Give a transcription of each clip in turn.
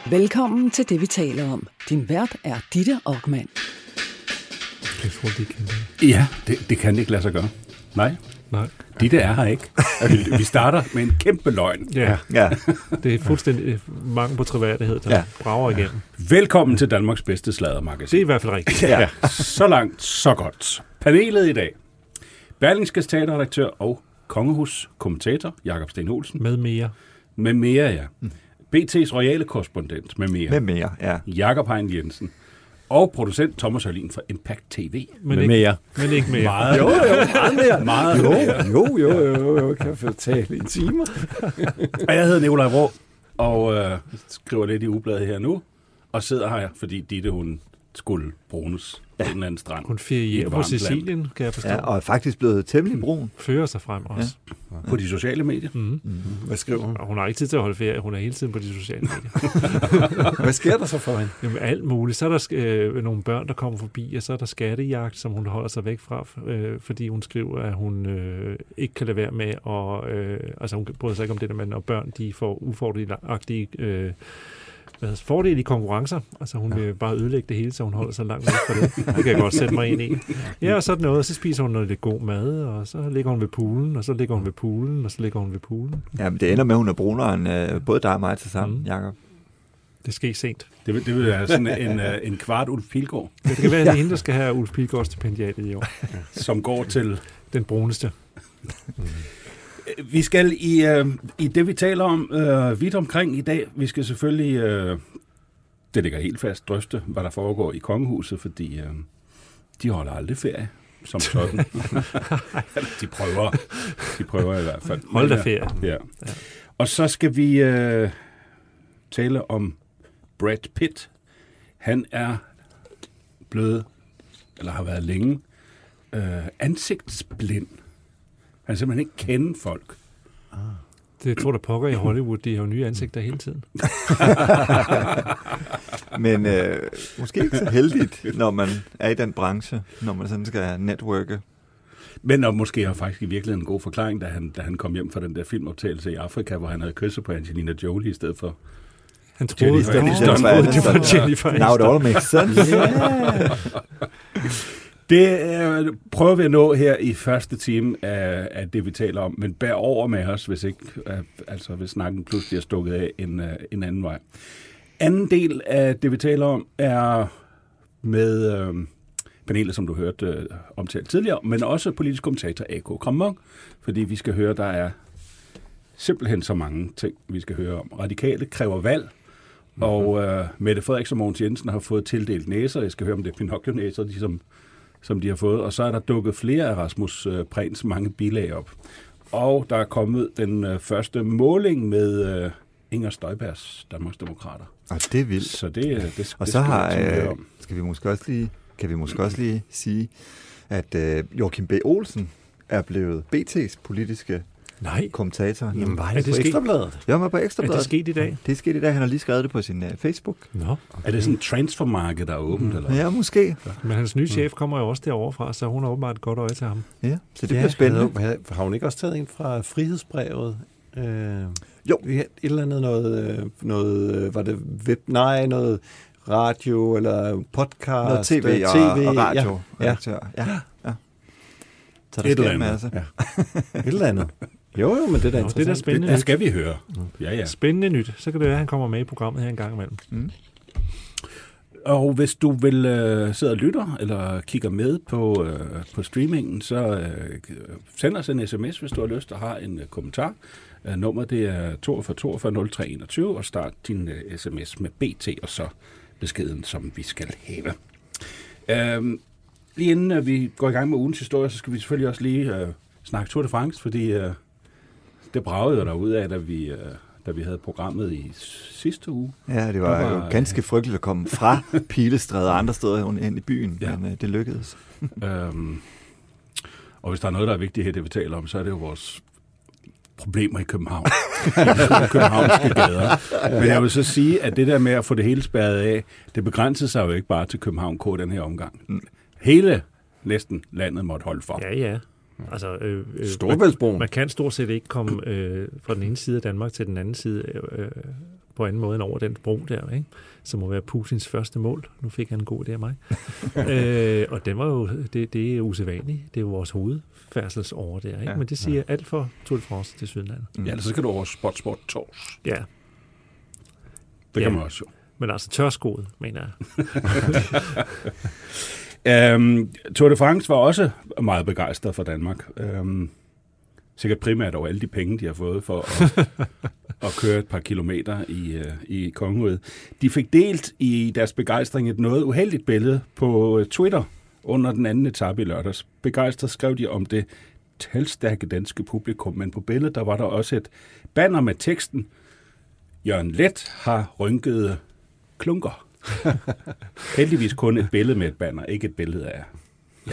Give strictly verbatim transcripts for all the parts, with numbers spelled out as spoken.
Velkommen til det, vi taler om. Din vært er Ditte Okman. Jeg tror, de kan det. Ja, det, det kan det ikke lade sig gøre. Nej. Nej. Ditte er her ikke. Vi starter med en kæmpe løgn. Ja, Ja. det er fuldstændig mangel på troværdighed, der ja. Ja. brager igennem. Velkommen til Danmarks bedste sladdermagasin. Det er i hvert fald rigtigt. Ja. Så langt, så godt. Panelet i dag. Berlingskes teaterredaktør og Kongehus-kommentator Jakob Sten Olsen. Med mere. Med mere, ja. B T's royale korrespondent med mere. Med mere, ja. Jakob Hein Jensen. Og producent Thomas Hørlin fra Impact T V. Men, Med ikke, mere. men ikke mere. Meget, Jo, jo, meget mere. meget Jo, mere. jo, jo, jo, jo, kan jeg tale i en time. Og jeg hedder Nikolaj Vrå, og øh, skriver lidt i ugebladet her nu. Og sidder her, fordi Ditte, hun skulle brunes på en eller anden strand. Hun I ferierer et på varmt land. Sicilien, kan jeg forstå. Ja, og er faktisk blevet temmelig brun. Fører sig frem også. På de sociale medier. Mm. Hvad skriver hun? Og hun har ikke tid til at holde ferie. Hun er hele tiden på de sociale medier. Hvad sker der så for hende? Jamen alt muligt. Så er der øh, nogle børn, der kommer forbi, og så er der skattejagt, som hun holder sig væk fra, øh, fordi hun skriver, at hun øh, ikke kan lade være med, og øh, altså hun bryder sig ikke om det der med, når børn de får ufordelagtige øh, hvad hedder, fordele i konkurrencer. Altså hun vil bare ødelægge det hele, så hun holder sig langt væk fra det. Det kan jeg godt sætte mig ind i. Ja, og sådan noget, og så spiser hun noget lidt god mad, og så ligger hun ved poolen, og så ligger hun ved poolen, og så ligger hun ved poolen. Ja, men det ender med, at hun er brunere end øh, både dig og mig til sammen, Mm. Jakob. Det sker sent. Det vil, det vil være sådan en, øh, en kvart Ulf Pilgaard, Ja, det kan være, at det er hende, der skal have Ulf Pilgaards stipendiatet i år. som går til... Den bruneste. Vi skal i, øh, i det, vi taler om øh, vidt omkring i dag, vi skal selvfølgelig, øh, det ligger helt fast, drøfte, hvad der foregår i kongehuset, fordi øh, de holder aldrig ferie, som sådan. de prøver, de prøver i hvert fald. Hold da Men, ferie. Ja. Ja. Og så skal vi øh, tale om Brad Pitt. Han er blevet, eller har været længe, øh, ansigtsblind. Han kan simpelthen ikke kende folk. Det tror der pokker i Hollywood. De har jo nye ansigter hele tiden. Men øh, måske ikke så heldigt, når man er i den branche, når man sådan skal networke. Men og måske har faktisk i virkeligheden en god forklaring, da han, da han kom hjem fra den der filmoptagelse i Afrika, hvor han havde kysset på Angelina Jolie i stedet for... Han troede, Jennifer det Aniston. var, Jennifer det var Aniston. Jennifer Now it Aniston. all makes sense. Yeah. Det øh, prøver vi at nå her i første time af, af det, vi taler om, men bær over med os, hvis ikke, øh, altså hvis snakken pludselig er stukket af en, øh, en anden vej. Anden del af det, vi taler om, er med øh, panelet, som du hørte øh, omtalt tidligere, men også politisk kommentator A K Kramon, fordi vi skal høre, der er simpelthen så mange ting, vi skal høre om. Radikale kræver valg, mm-hmm. og øh, Mette Frederiksen og Mogens Jensen har fået tildelt næser. Jeg skal høre om det er Pinocchio-næser, de som som de har fået, og så er der dukket flere af Rasmus øh, Prehns mange bilag op. Og der er kommet den øh, første måling med øh, Inger Støjbergs Danmarksdemokrater. Og det er vildt. Så det, øh, det, det Og det så skal har, vi altså høre øh, om. skal vi måske også lige, kan vi måske også lige sige, at øh, Joachim B. Olsen er blevet B T's politiske Nej. kommentator. Jamen, var Er det det på sket? Ekstrabladet? Jeg var på Er Ekstrabladet. det sket i dag? Det er sket i dag. Han har lige skrevet det på sin uh, Facebook. Nå. Er det sådan et transfermarked, der er åbent? Eller? Ja, måske. Men hans nye chef kommer jo også derovre fra, så hun har åbenbart et godt øje til ham. Ja, så det Ja, bliver spændende. Havde, har hun ikke også taget en fra Frihedsbrevet? Øh, Jo. Et eller andet noget, øh, noget øh, var det web, nej, noget radio eller podcast? Noget tv og, TV, og radio. Ja, ja. Ja. Ja. Ja. Så der Et sker eller en andet. masse. Ja. Et eller andet. Jo, jo, men det er da Nå, det er da interessant. spændende. Det, det skal vi høre. Ja, ja. Spændende nyt. Så kan det være, at han kommer med i programmet her en gang imellem. Mm. Og hvis du vil øh, sidde og lytter, eller kigger med på, øh, på streamingen, så øh, send os en sms, hvis du har lyst og har en øh, kommentar. Uh, nummeret det er toogfyrre toogfyrre nul tre enogtyve, og start din uh, sms med B T, og så beskeden, som vi skal have. Uh, lige inden uh, vi går i gang med ugens historie, så skal vi selvfølgelig også lige uh, snakke Tour de France, fordi uh, det bragede jo derude af, da vi... Uh, da vi havde programmet i sidste uge. Ja, det var, var jo ganske frygteligt at komme fra Pilestræde og andre steder ind i byen, Ja. men uh, det lykkedes. øhm, og hvis der er noget, der er vigtigt her, det vi taler om, så er det jo vores problemer i København. Københavnske gader. Men jeg vil så sige, at det der med at få det hele spærret af, det begrænsede sig jo ikke bare til København K den her omgang. Hele næsten landet måtte holde for. Ja, ja. Altså, øh, øh, Storebæltsbroen. Man kan stort set ikke komme øh, fra den ene side af Danmark til den anden side øh, på anden måde end over den bro der, ikke? Som må være Putins første mål. Nu fik han en god idé af mig. øh, og den var jo, det, det er usædvanligt. Det er jo vores hovedfærdselsåre der, ikke? Ja, Men det siger ja. alt for Tour de France til Sydland. Mm. Ja, så skal du over Spot Sport Tors. Ja. Det Ja. kan man også jo. Men altså tørskoet, mener jeg. um, Tour de France var også meget begejstret for Danmark. Um, sikkert primært over alle de penge, de har fået for at, at køre et par kilometer i, uh, i Kongeriget. De fik delt i deres begejstring et noget uheldigt billede på Twitter under den anden etape i lørdags. Begejstret skrev de om det talstærke danske publikum, men på billedet der var der også et banner med teksten: Jørgen Leth har rynkede klunker. Heldigvis kun et billede med et banner, ikke et billede af, ja,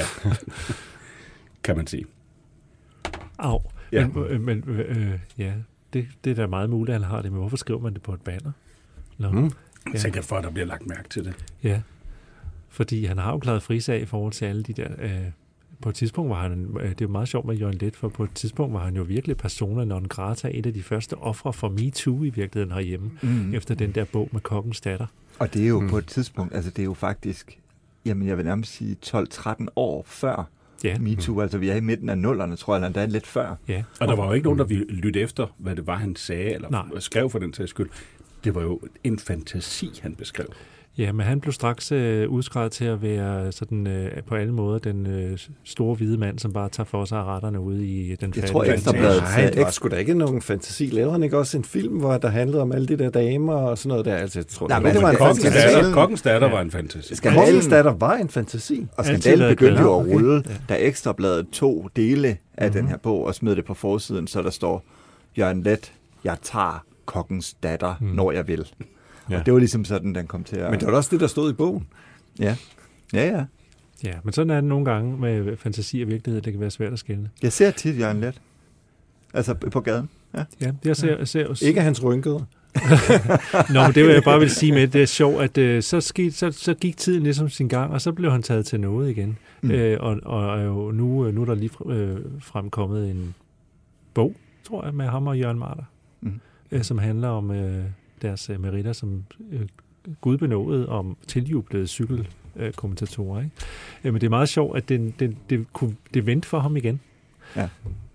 kan man sige. Au. Ja. Men, men øh, ja, det, det er da meget muligt, at han har det, men hvorfor skriver man det på et banner? Nå. Mm. Ja. Sikkert for, at der bliver lagt mærke til det. Ja, fordi han har jo klaret frisag i forhold til alle de der... Øh, på et tidspunkt var han... Øh, det er jo meget sjovt med Jørgen Leth, for på et tidspunkt var han jo virkelig persona non grata, et af de første ofre for MeToo i virkeligheden herhjemme, mm. efter den der bog med Kokkens Datter. Og det er jo Mm. på et tidspunkt, altså det er jo faktisk, jamen jeg vil nærmest sige tolv tretten år før Ja. MeToo. Altså vi er i midten af nullerne, tror jeg, eller endda lidt før. Ja. Og der var jo ikke nogen, der ville lytte efter, hvad det var, han sagde, eller Nej. skrev for den sags skyld. Det var jo en fantasi, han beskrev. Ja, men han blev straks øh, udskrevet til at være sådan øh, på alle måder den øh, store hvide mand, som bare tager for sig af retterne ude i den fattige. tror, Ekstrabladet Nej, sagde- det var sgu da ikke nogen fantasi. Lavede han ikke også en film, hvor der handlede om alle de der damer og sådan noget der? Altså, jeg tror, Nej, det, men det var en Kokkens Kokkens fantasi. datter, Kokkens datter var en fantasi. Kokkens Datter var en fantasi. Og Altid skandalen været begyndte jo at glad. rulle, Okay. Ja. da Ekstrabladet tog dele af Mhm. mm-hmm. den her bog og smed det på forsiden, så der står, Jørgen Leth, jeg tager Kokkens Datter, Mm. mm. når jeg vil. Ja. Og det var ligesom sådan, den kom til at... Men det var også det, der stod i bogen. Ja, ja, ja. Ja, men sådan er det nogle gange med fantasi og virkelighed, det kan være svært at skelne. Jeg ser tit Jørgen Leth. Altså på gaden. Ja. Ja, jeg ser, jeg ser Ikke hans rynkede. Nå, men det vil jeg bare vil sige med, det er sjovt, at øh, så, skete, så, så gik tiden ligesom sin gang, og så blev han taget til noget igen. Mm. Øh, og og, og jo, nu, nu er der lige øh, fremkommet en bog, tror jeg, med ham og Jørgen Marter, Mm. øh, som handler om øh, deres øh, meritter som øh, gudbenåede om tiljublede cykelkommentatorer. Ikke? Øh, men det er meget sjovt, at det, det, det, kunne, det vendte for ham igen. Ja.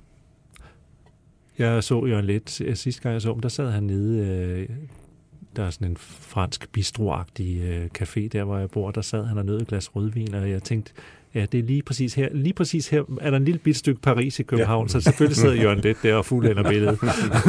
Jeg så Jørgen Leth, sidste gang jeg så ham, der sad han nede, øh, der er sådan en fransk bistroagtig øh, café der, hvor jeg bor, der sad han og nød et glas rødvin, og jeg tænkte, ja, det er lige præcis her, lige præcis her, er der en lille bit stykke Paris i København, ja. Så selvfølgelig sidder Jørgen Leth der og fuldender billedet.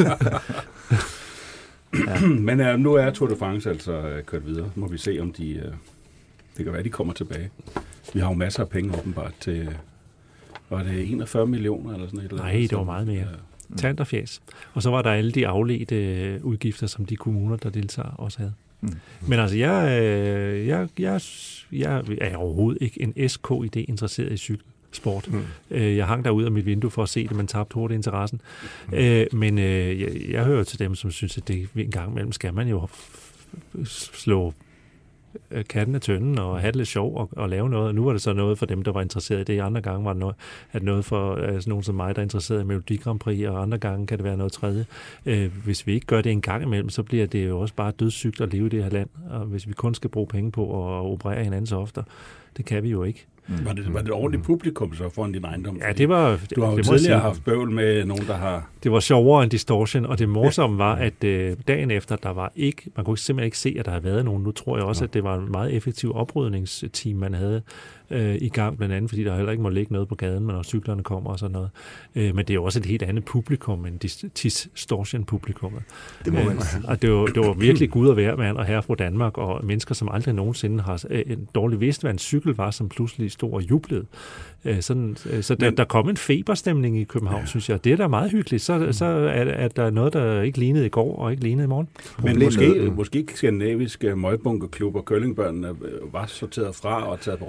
Ja. Men uh, nu er Tour de France altså uh, kørt videre. Må vi se, om de... Uh, det kan være, de kommer tilbage. Vi har jo masser af penge åbenbart til... Var det enogfyrre millioner eller sådan et eller Nej, andet? det var meget mere. Ja. Tant og fjæs. Og så var der alle de afledte udgifter, som de kommuner, der deltager, også havde. Mm. Men altså, jeg, øh, jeg, jeg, jeg er overhovedet ikke en S K-idé interesseret i cykelsport. Mm. Øh, jeg hang derude af mit vindue for at se det, men tabte hurtigt interessen. Mm. Øh, men øh, jeg, jeg hører til dem, som synes, at det en gang imellem skal man jo slå katten af tønden og have det lidt sjov og, og lave noget. Og nu var det så noget for dem, der var interesseret i det. I andre gange var det noget, at noget for altså nogen som mig, der er interesseret i Melodi Grand Prix, og andre gange kan det være noget tredje. Øh, hvis vi ikke gør det en gang imellem, så bliver det jo også bare dødssygt at leve i det her land. Og hvis vi kun skal bruge penge på at operere hinanden så ofte, det kan vi jo ikke. Mm. Var, det, var det et ordentligt publikum så foran din ejendom? Ja, det var... Du har jo det tidligere haft bøvl med nogen, der har... Det var sjovere end Distortion, og det morsomme var, at øh, dagen efter, der var ikke... Man kunne simpelthen ikke se, at der havde været nogen. Nu tror jeg også, at det var en meget effektiv oprydningsteam, man havde øh, i gang, blandt andet, fordi der heller ikke må ligge noget på gaden, når cyklerne kommer og sådan noget. Øh, men det er jo også et helt andet publikum end Distortion-publikummet. Det må man øh, sige. Og det var, det var virkelig Gud og hvermand og herre fra Danmark, og mennesker, som aldrig nogensinde har øh, dårligt vidst, hvad en cykel var, som pludselig stod og jublede. Øh, sådan, øh, så der, Men, der kom en feberstemning i København, ja. Synes jeg. Det er da meget hyggeligt. Så, mm. så er, er der noget, der ikke lignede i går og ikke lignede i morgen. Men måske, måske skandinaviske møgbunkeklub og curlingbørnene var sorteret fra og taget på Roskilde Festival.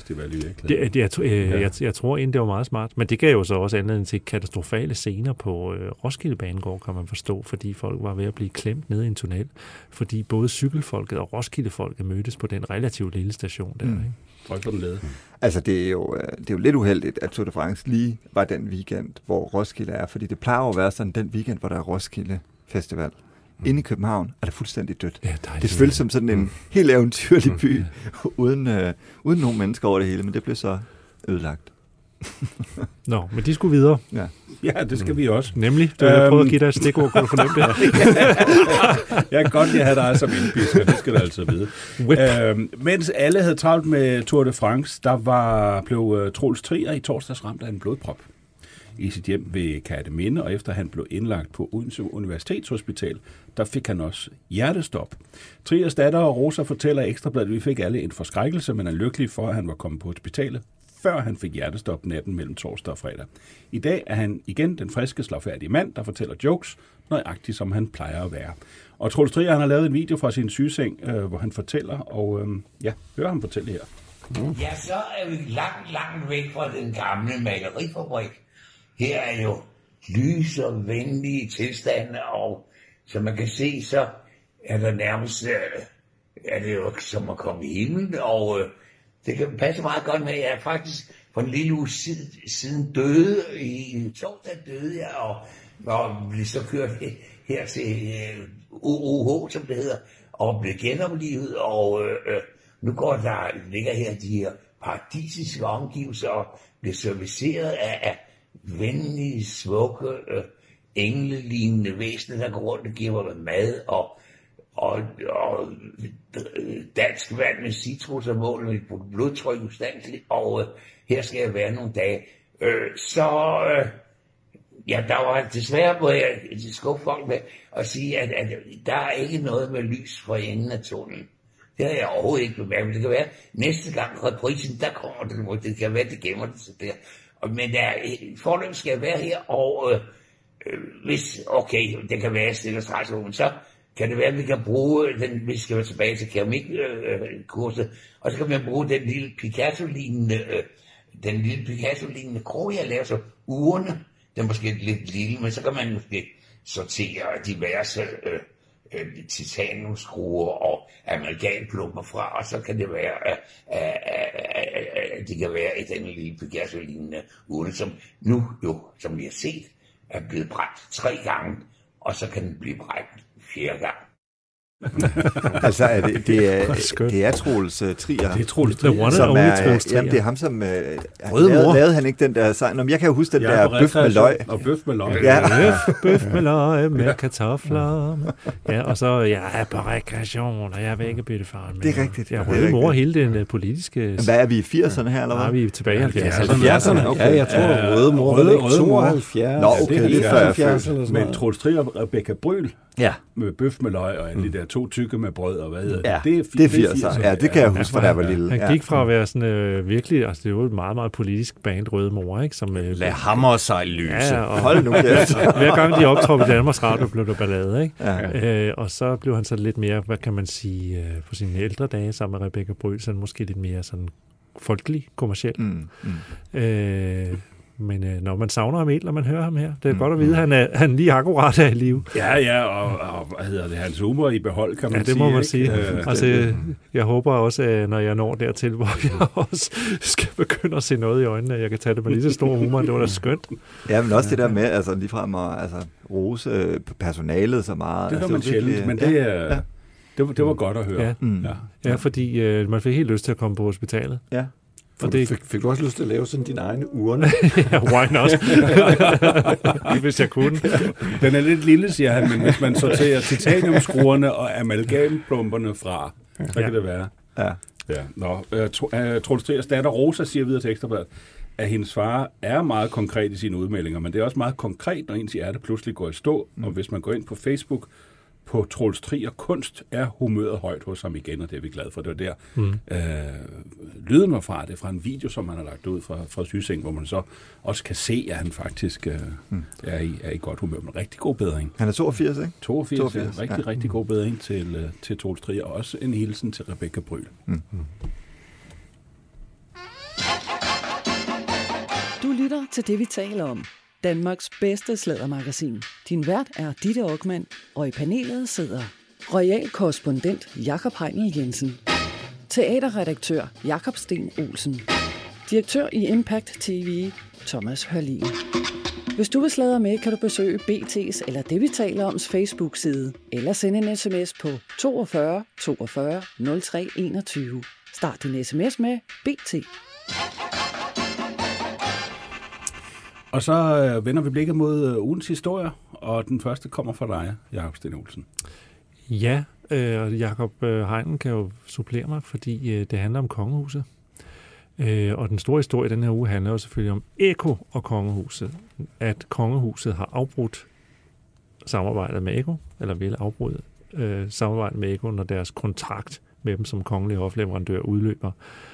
festival i virkeligheden. Det, det, jeg, øh, ja. jeg, jeg tror egentlig, det var meget smart. Men det gav jo så også anledning til katastrofale scener på øh, Roskilde Banegård, kan man forstå, fordi folk var ved at blive klemt ned i en tunnel. Fordi både cykelfolket og Roskildefolket mødtes på den relativt lille station der. Mm. Ikke? Folk var den lede. Altså, det er, jo, det er jo lidt uheldigt, at Tour de France lige var den weekend, hvor Roskilde er. Fordi det plejer at være sådan den weekend, hvor der er Roskilde Festival. Mm. Inde i København er det fuldstændig dødt. Ja, det føles som sådan en mm. helt eventyrlig by, mm. uden, øh, uden nogen mennesker over det hele, men det blev så ødelagt. Nå, men de skulle videre. Ja, ja det skal mm. vi også. Nemlig, du har øhm... prøvet at give dig et stikord, kunne du fornemme det? Jeg kan godt lide at have dig som indpisker, det skal du altså vide. Øhm, mens alle havde travlt med Tour de France, der var, blev uh, Troels Trier i torsdags ramt af en blodprop i sit hjem ved Kerteminde, og efter han blev indlagt på Odense Universitetshospital, der fik han også hjertestop. Triers datter Rosa fortæller i Ekstra Bladet, at vi fik alle en forskrækkelse, men er lykkelig for, at han var kommet på hospitalet, før han fik hjertestop natten mellem torsdag og fredag. I dag er han igen den friske, slagfærdige mand, der fortæller jokes, nøjagtigt som han plejer at være. Og Troels Trier, han har lavet en video fra sin sygeseng, øh, hvor han fortæller, og øh, ja, hør ham fortælle her. Mm. Ja, så er vi langt, langt væk fra den gamle malerifabrik. Her er jo lys og venlige tilstande, og som man kan se, så er der nærmest, er det jo som at komme i himlen, og øh, det kan passe meget godt med, at jeg er faktisk for en lille uge siden, siden døde, i torsdag døde jeg, og, og blev så kørt her til øh, O O H, som det hedder, og blev genoplevet, og øh, nu går der, ligger her de her paradisiske omgivelser, og bliver serviceret af, af venlige, smukke, øh, englelignende væsener, der går rundt og giver mig mad, og, og, og dansk vand med citrus og mål med blodtryk ustandsligt, og øh, her skal jeg være nogle dage. Øh, så, øh, ja, der var desværre, må jeg skuffe folk med at sige, at, at der er ikke noget med lys for enden af tunnelen. Det har jeg overhovedet ikke bemærket. Det kan være, næste gang reprisen, der kommer det, det kan være, det gemmer det sig der. Men der, forløbet skal jeg være her, og øh, øh, hvis, okay, det kan være, at jeg stiller straks, men så kan det være, at vi kan bruge den, hvis vi skal være tilbage til keramikkurset, øh, og så kan man bruge den lille Picasso-lignende, øh, den lille Picasso-lignende krog, jeg laver, så urene, den er måske lidt lille, men så kan man måske sortere diverse øh, øh, titaniumskruer og amalgamplumper fra, og så kan det være, at øh, øh, øh, det kan være et andet lille Picasso-lignende urne, som nu jo, som vi har set, er blevet brændt tre gange, og så kan den blive brændt fjerde gang. Altså, er det, det, er, det er Troels uh, Trier. Det er Troels Trier, som er, Troels Trier. Jamen, det er ham, som... Uh, lavede, lavede han ikke den der sang? Nå, jeg kan jo huske den ja, der bøf med løg. Og bøf med løg. Ja. Bøf, bøf med løg med kartofler. Ja, og så, jeg er på rekreation, og jeg vil ikke bytte faren med. Det er rigtigt. Jeg røde mor hele den uh, politiske... Men hvad er vi i firserne her, eller hvad? Nej, vi er tilbage i halvfjerdserne. halvfjerdserne, okay. Ja, jeg tror, røde mor var det ikke tooghalvfjerds. Nå, okay, det er før. Men Troels Trier og Rebecca Bryl, ja, med bøf med løg og alle de der to tykke med brød og hvad hedder det? Ja, det er, det er firserne. Ja, det kan jeg huske, fra da jeg var lille. Han gik fra at være sådan øh, virkelig, altså det var et meget, meget politisk band, Røde Mor, ikke? Som, øh, lad hammer sig lyse. Ja, og hold nu kæft. Hver gang de optrådte i Danmarks Radio, blev der ballade, ikke? Ja. Øh, og så blev han så lidt mere, hvad kan man sige, øh, på sine ældre dage sammen med Rebecca Bryl, så måske lidt mere sådan folkelig, kommerciel. Mm, mm. Øh, Men øh, når man savner ham helt, når man hører ham her, det er mm. godt at vide, at han er, han lige akkurat er i live. Ja, ja, og, og hvad hedder det, hans humor i behold, kan man ja, det sige. må man ikke? sige. Øh, altså, jeg håber også, at når jeg når dertil, hvor jeg også skal begynde at se noget i øjnene, at jeg kan tage det med lige så stor humor, det var da skønt. Ja, men også det der med, altså ligefrem at altså, rose personalet så meget. Det var altså, man sjældent, men det, ja, ja. det, var, det var godt at høre. Ja, mm. ja. ja fordi øh, man fik helt lyst til at komme på hospitalet. Ja. Og det... fik, fik du også lyst til at lave sådan din egen urne? Ja, why not? Hvis jeg kunne. Den er lidt lille, siger han, men hvis man sorterer titaniumskruerne og amalgamplumperne fra, så ja. kan det være. Ja. Ja. Nå, uh, Troels Triers datter Rosa siger videre til Ekstra Bladet, at hendes far er meget konkret i sine udmeldinger, men det er også meget konkret, når ens hjerte pludselig går i stå, mm. og hvis man går ind på Facebook, på Troels Trier Kunst, er humøret højt hos ham igen, og det er vi glade for. Det var der, mm. øh, lyden var fra, det er fra en video, som man har lagt ud fra, fra Sysing, hvor man så også kan se, at han faktisk øh, mm. er, i, er i godt humør. Men rigtig god bedring. Han er toogfirs, ikke? toogfirs, toogfirs ja. Rigtig, ja. rigtig god bedring til, uh, til Troels Trier, og også en hilsen til Rebecca Bryl. Mm. Mm. lytter til Det, vi taler om. Danmarks bedste sladdermagasin. Din vært er Ditte Okman, og i panelet sidder royal korrespondent Jakob Heinel Jensen, teaterredaktør Jakob Sten Olsen, direktør i Impact T V Thomas Hørlin. Hvis du vil sladre med, kan du besøge B T's eller Det, vi taler oms Facebook-side, eller sende en sms på toogfyrre toogfyrre nul tre enogtyve. Start din sms med B T. Og så øh, vender vi blikket mod øh, ugens historier, og den første kommer fra dig, Jakob Sten Olsen. Ja, øh, og Jakob øh, Heinel kan jo supplere mig, fordi øh, det handler om kongehuset. Øh, og den store historie den her uge handler jo selvfølgelig om Eko og kongehuset. At kongehuset har afbrudt samarbejdet med Eko, eller vil afbryde øh, samarbejdet med Eko, når deres kontrakt med dem som kongelig hofleverandør udløber.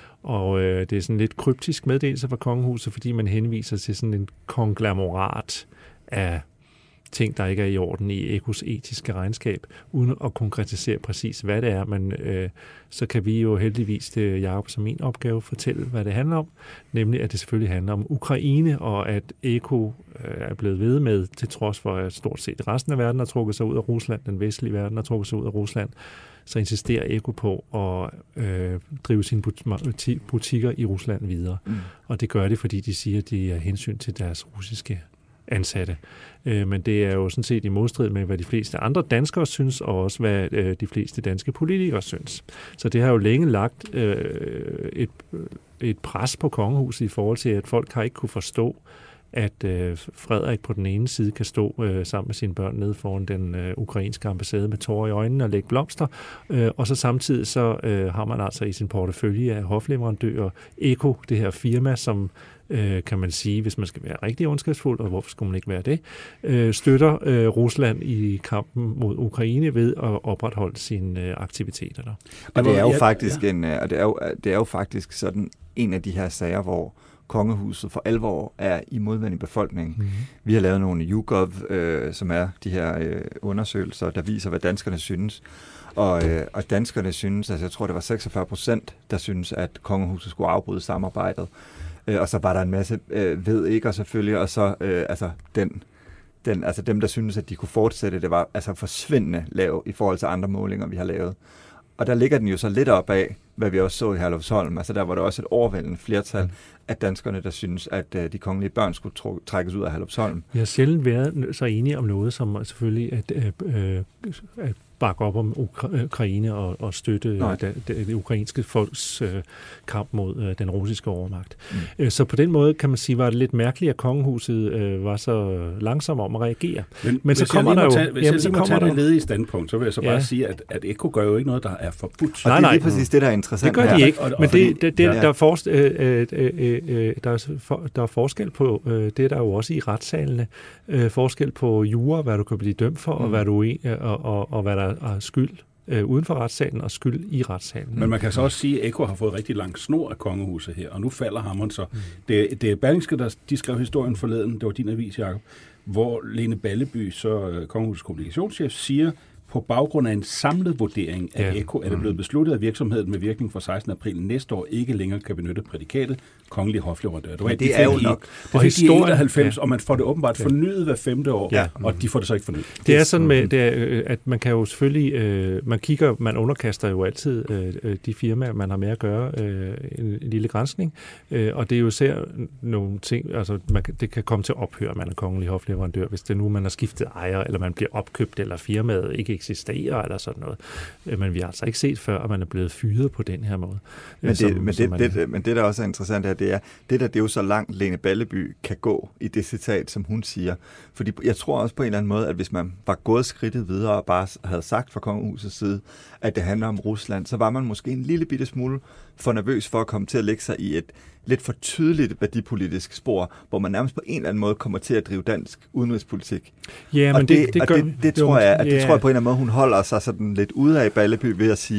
Og øh, det er sådan lidt kryptisk meddelelse fra kongehuset, fordi man henviser til sådan en konglomerat af ting, der ikke er i orden i Ekos etiske regnskab, uden at konkretisere præcis, hvad det er. Men øh, så kan vi jo heldigvis, det Jacob som min opgave, fortælle, hvad det handler om. Nemlig, at det selvfølgelig handler om Ukraine, og at Eko øh, er blevet ved med, til trods for, at stort set resten af verden har trukket sig ud af Rusland, den vestlige verden har trukket sig ud af Rusland, så insisterer Eko på at øh, drive sine butikker i Rusland videre. Mm. Og det gør det, fordi de siger, at de er hensyn til deres russiske ansatte. Øh, men det er jo sådan set i modstrid med, hvad de fleste andre danskere synes, og også hvad øh, de fleste danske politikere synes. Så det har jo længe lagt øh, et, et pres på kongehuset i forhold til, at folk har ikke kunne forstå, at øh, Frederik på den ene side kan stå øh, sammen med sine børn nede foran den øh, ukrainske ambassade med tårer i øjnene og lægge blomster, øh, og så samtidig så øh, har man altså i sin portefølje af hofleverandører Eko, det her firma, som øh, kan man sige, hvis man skal være rigtig ondskabsfuld, og hvorfor skulle man ikke være det, øh, støtter øh, Rusland i kampen mod Ukraine ved at opretholde sine øh, aktiviteter der. Og det er jo faktisk en, og det er jo, det er jo faktisk sådan en af de her sager, hvor kongehuset for alvor er i modvind i befolkningen. Mm-hmm. Vi har lavet nogle YouGov, øh, som er de her øh, undersøgelser, der viser, hvad danskerne synes. Og, øh, og danskerne synes, altså jeg tror, det var seksogfyrre procent, der synes, at kongehuset skulle afbryde samarbejdet. Øh, og så var der en masse øh, ved ikke, og selvfølgelig, og så øh, altså den, den, altså dem, der synes, at de kunne fortsætte, det var altså forsvindende lav i forhold til andre målinger, vi har lavet. Og der ligger den jo så lidt op af, hvad vi også så i Herlufsholm. Altså der var der også et overvældende flertal mm. af danskerne, der synes, at uh, de kongelige børn skulle tr- trækkes ud af Herlufsholm. Vi har sjældent været så enige om noget, som selvfølgelig at, øh, at bakke op om Ukraine og, og støtte det, det, det ukrainske folks øh, kamp mod øh, den russiske overmagt. Mm. Så på den måde kan man sige, var det lidt mærkeligt, at kongehuset øh, var så langsom om at reagere. Men, Men så kommer der jo... Tage, hvis jamen, jeg lige må tage det ledige standpunkt, så vil jeg så bare ja. sige, at, at Eko gør jo ikke noget, der er forbudt. Og nej, det er lige præcis det, der er interessant her. Det gør de ikke, og, og men fordi, det, det, det, ja. der, er for, øh, øh, øh, der, er for, der er forskel på, øh, det er der jo også i retssalene, øh, forskel på jura, hvad du kan blive dømt for, mm. og, hvad du, og, og, og hvad der er skyld øh, uden for retssalen og skyld i retssalen. Men man kan så også sige, at Eko har fået rigtig lang snor af kongehuset her, og nu falder hammeren så. Mm. Det, det er Berlingske, der de skrev historien forleden, det var din avis, Jacob, hvor Lene Balleby, så kongehusets kommunikationschef, siger, på baggrund af en samlet vurdering af ja. Eko er det blevet besluttet, at virksomheden med virkning fra sekstende april næste år ikke længere kan benytte prædikatet kongelig hofleverandør. Det, var, det, det er jo i, nok. Det fik de i enoghalvfems, ja. Og man får det åbenbart fornyet hver femte år, ja. Og de får det så ikke fornyet. Det er sådan med, det er, at man kan jo selvfølgelig, øh, man kigger, man underkaster jo altid øh, de firmaer, man har med at gøre, øh, en, en lille granskning, øh, og det er jo især nogle ting, altså man, det kan komme til at ophøre, at man er kongelig hofleverandør, hvis det nu man har skiftet ejer, eller man bliver opkøbt, eller firmaet ikke eksisterer, eller sådan noget. Men vi har altså ikke set før, at man er blevet fyret på den her måde. Men det, som, men det, man, det, men det der også er interessant er, det er, det der det er jo så langt Lene Balleby kan gå i det citat, som hun siger. Fordi jeg tror også på en eller anden måde, at hvis man var gået skridtet videre og bare havde sagt fra kongehusets side, at det handler om Rusland, så var man måske en lille bitte smule for nervøs for at komme til at lægge sig i et lidt for tydeligt værdipolitisk spor, hvor man nærmest på en eller anden måde kommer til at drive dansk udenrigspolitik. Ja, men og det, det, det, og gør, det, det, tror jeg, at det yeah. tror jeg på en eller anden måde, hun holder sig sådan lidt ude af Balleby ved at sige,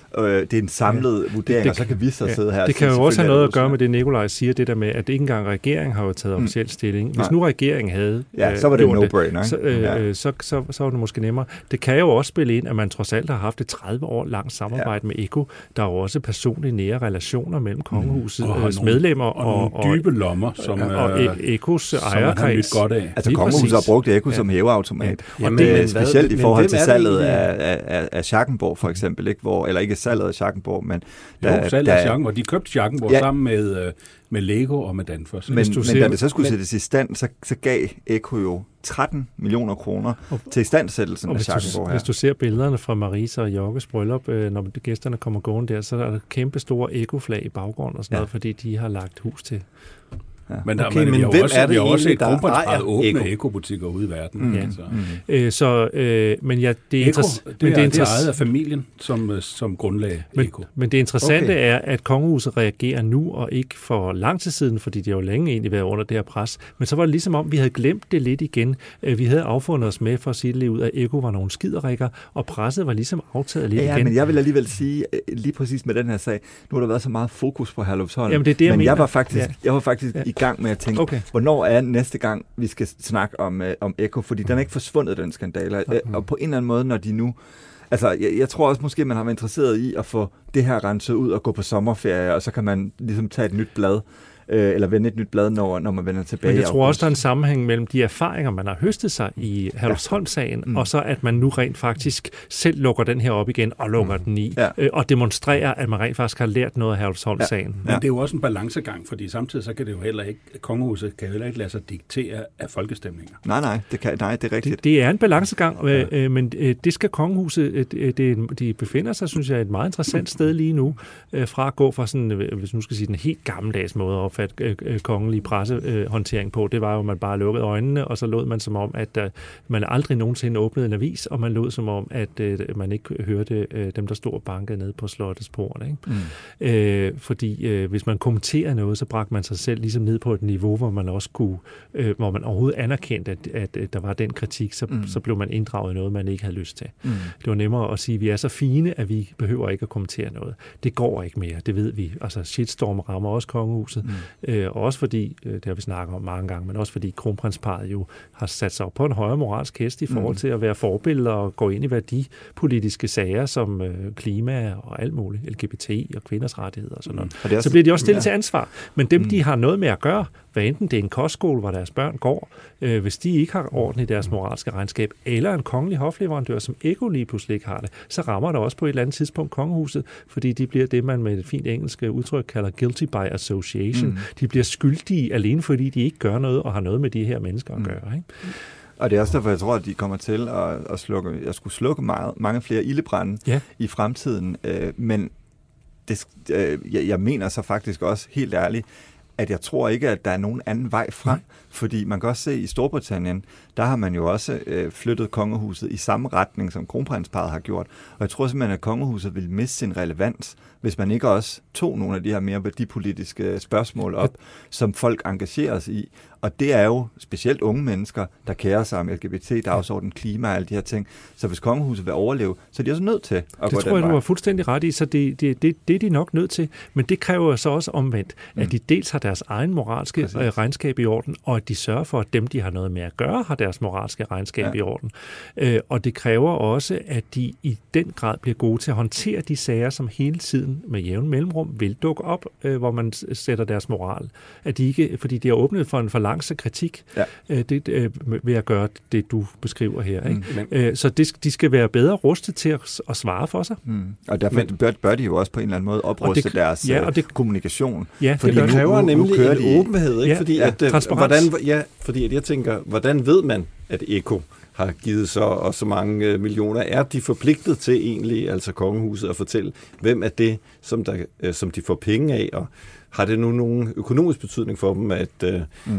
Øh, det er en samlet ja. vurdering, det, og så kan vi så ja. sidde her. Det kan jo også have noget at gøre med det, Nikolaj siger, det der med, at ikke engang regeringen har jo taget officiel mm. stilling. Hvis Nej. nu regeringen havde ja, så var det en no-brainer. Så, øh, ja. så, så, så var det måske nemmere. Det kan jo også spille ind, at man trods alt har haft et tredive år langt samarbejde ja. med Eko. Der er jo også personlige nære relationer mellem kongehusets mm. medlemmer og, og nogle dybe lommer, som og, og e- Ekos ejerkreds. Godt af. Altså kongehuset har brugt Eko ja. som hæveautomat. Ja. Jamen, det er specielt i forhold til salget af, af, af Schackenborg for eksempel, ikke? Hvor, eller ikke salget af Schackenborg, men der, jo, salget af Schackenborg. De købte Schackenborg ja. sammen med, med Lego og med Danfoss. Men, men ser, da det så skulle men, sættes i stand, så, så gav Eko jo tretten millioner kroner og, til istandsættelsen af Schackenborg her. Hvis du ser billederne fra Marisa og Jokkes bryllup, når gæsterne kommer gående der, så er der kæmpe store Eko-flag i baggrunden og sådan ja. noget, fordi de har lagt hus til. Ja. Men, der, okay, men, men vi har også, vi har også et kronprinsparet åbne Eko-butikker ude i verden. Mm. Altså. Mm. Øh, så, øh, men ja, det er, Eko, interess- det men er, det er, det er ejet af familien som, som grundlag men, Eko. Men det interessante okay. er, at kongehuset reagerer nu, og ikke for lang tid siden, fordi de har jo længe egentlig været under det her pres. Men så var det ligesom om, vi havde glemt det lidt igen. Vi havde affundet os med, for at sige det lige ud, at Eko var nogle skiderikker, og presset var ligesom aftaget lidt ja, igen. Men jeg vil alligevel sige, lige præcis med den her sag, nu har der været så meget fokus på Herlufsholm. Jamen, det er det, jeg men mener. jeg var faktisk, ja. jeg var faktisk ja. i gang med at tænke, okay. hvornår er næste gang, vi skal snakke om, øh, om Eko, fordi den er ikke forsvundet, den skandale. Mm. Og på en eller anden måde, når de nu... Altså, jeg, jeg tror også måske, man har været interesseret i at få det her renset ud og gå på sommerferie, og så kan man ligesom tage et nyt blad, øh, eller vende et nyt blad, når, når man vender tilbage. Men jeg tror også, der er en sammenhæng mellem de erfaringer, man har høstet sig i Herlufsholm-sagen, ja. mm. og så at man nu rent faktisk selv lukker den her op igen, og lukker mm. den i, ja. øh, og demonstrerer, at man rent faktisk har lært noget af Herlufsholm-sagen. Ja. Men det er jo også en balancegang, fordi samtidig så kan det jo heller ikke, kongehuset kan jo heller ikke lade sig diktere af folkestemninger. Nej, nej, det, kan, nej, det er rigtigt. Det, det er en balancegang, ja. øh, men øh, det skal kongehuset, øh, det, de befinder sig, synes jeg, et meget interessant sted lige nu, øh, fra at gå fra sådan, øh, hvis nu skal sige, den helt gammeldags måde at opfatte øh, øh, kongelig pressehåndtering øh, på. Det var jo, at man bare lukkede øjnene, og så lod man som om, at øh, man aldrig nogensinde åbnede en avis, og man lod som om, at øh, man ikke hørte øh, dem, der stod og bankede ned på slottets port. Ikke? Mm. Øh, fordi øh, hvis man kommenterer noget, så bragte man sig selv ligesom ned på et niveau, hvor man også kunne, øh, hvor man overhovedet anerkendte, at, at, at der var den kritik, så, mm. så blev man inddraget i noget, man ikke havde lyst til. Mm. Det var nemmere at sige, at vi er så fine, at vi behøver ikke at kommentere noget. Det går ikke mere, det ved vi. Altså shitstorm rammer også kongehuset, mm. øh, og også fordi, øh, det har vi snakket om mange gange, men også fordi kronprinsparet jo har sat sig op på en højere moralsk hest i forhold til at være forbilleder og gå ind i værdipolitiske sager som øh, klima og alt muligt, L G B T og kvinders rettigheder og sådan noget. Mm. Og så bliver de også stillet ja. til ansvar. Men dem, mm. de har noget med at gøre, hvad enten det er en kostskole, hvor deres børn går, øh, hvis de ikke har orden i deres moralske regnskab, eller en kongelig hofleverandør, som Eko lige pludselig ikke har det, så rammer der også på et eller andet tidspunkt kongehuset, fordi de bliver det, man med et fint engelsk udtryk kalder guilty by association. Mm. De bliver skyldige alene, fordi de ikke gør noget og har noget med de her mennesker at gøre. Ikke? Og det er også derfor, jeg tror, at de kommer til at, at slukke, jeg skulle slukke meget, mange flere ildebrande ja. i fremtiden. Øh, men det, øh, jeg, jeg mener så faktisk også helt ærligt, at jeg tror ikke, at der er nogen anden vej frem. Nej. Fordi man kan også se, at i Storbritannien, der har man jo også øh, flyttet kongehuset i samme retning, som kronprinsparet har gjort. Og jeg tror simpelthen, at kongehuset vil miste sin relevans, hvis man ikke også tog nogle af de her mere værdipolitiske spørgsmål op, ja. som folk engagerer sig i. Og det er jo specielt unge mennesker, der kærer sig om L G B T-dagsorden, klima og alle de her ting. Så hvis kongehuset vil overleve, så er de også nødt til at det gå den vej. Det tror jeg, vej. du har fuldstændig ret i, så det, det, det, det er de nok nødt til. Men det kræver så også omvendt, mm. at de dels har deres egen moralske Præcis. regnskab i orden, og at de sørger for, at dem, de har noget med at gøre, har deres moralske regnskab ja. i orden. Øh, og det kræver også, at de i den grad bliver gode til at håndtere de sager, som hele tiden med jævn mellemrum vil dukke op, øh, hvor man sætter deres moral. At de ikke, fordi de har åbnet for en for langsom kritik ja. øh, det, øh, ved at gøre det, du beskriver her. Ikke? Mm. Øh, så det, de skal være bedre rustet til at, at svare for sig. Mm. Og derfor Men, bør, bør de jo også på en eller anden måde opruste det, deres ja, og det, kommunikation. Ja, fordi det kræver nu, nemlig nu en de, åbenhed, ikke? Ja, fordi, ja, at, hvordan, ja, fordi at jeg tænker, hvordan ved man, at Eko har givet så og så mange millioner? Er de forpligtet til egentlig, altså kongehuset, at fortælle, hvem er det, som, der, som de får penge af, og har det nu nogen økonomisk betydning for dem, at mm. de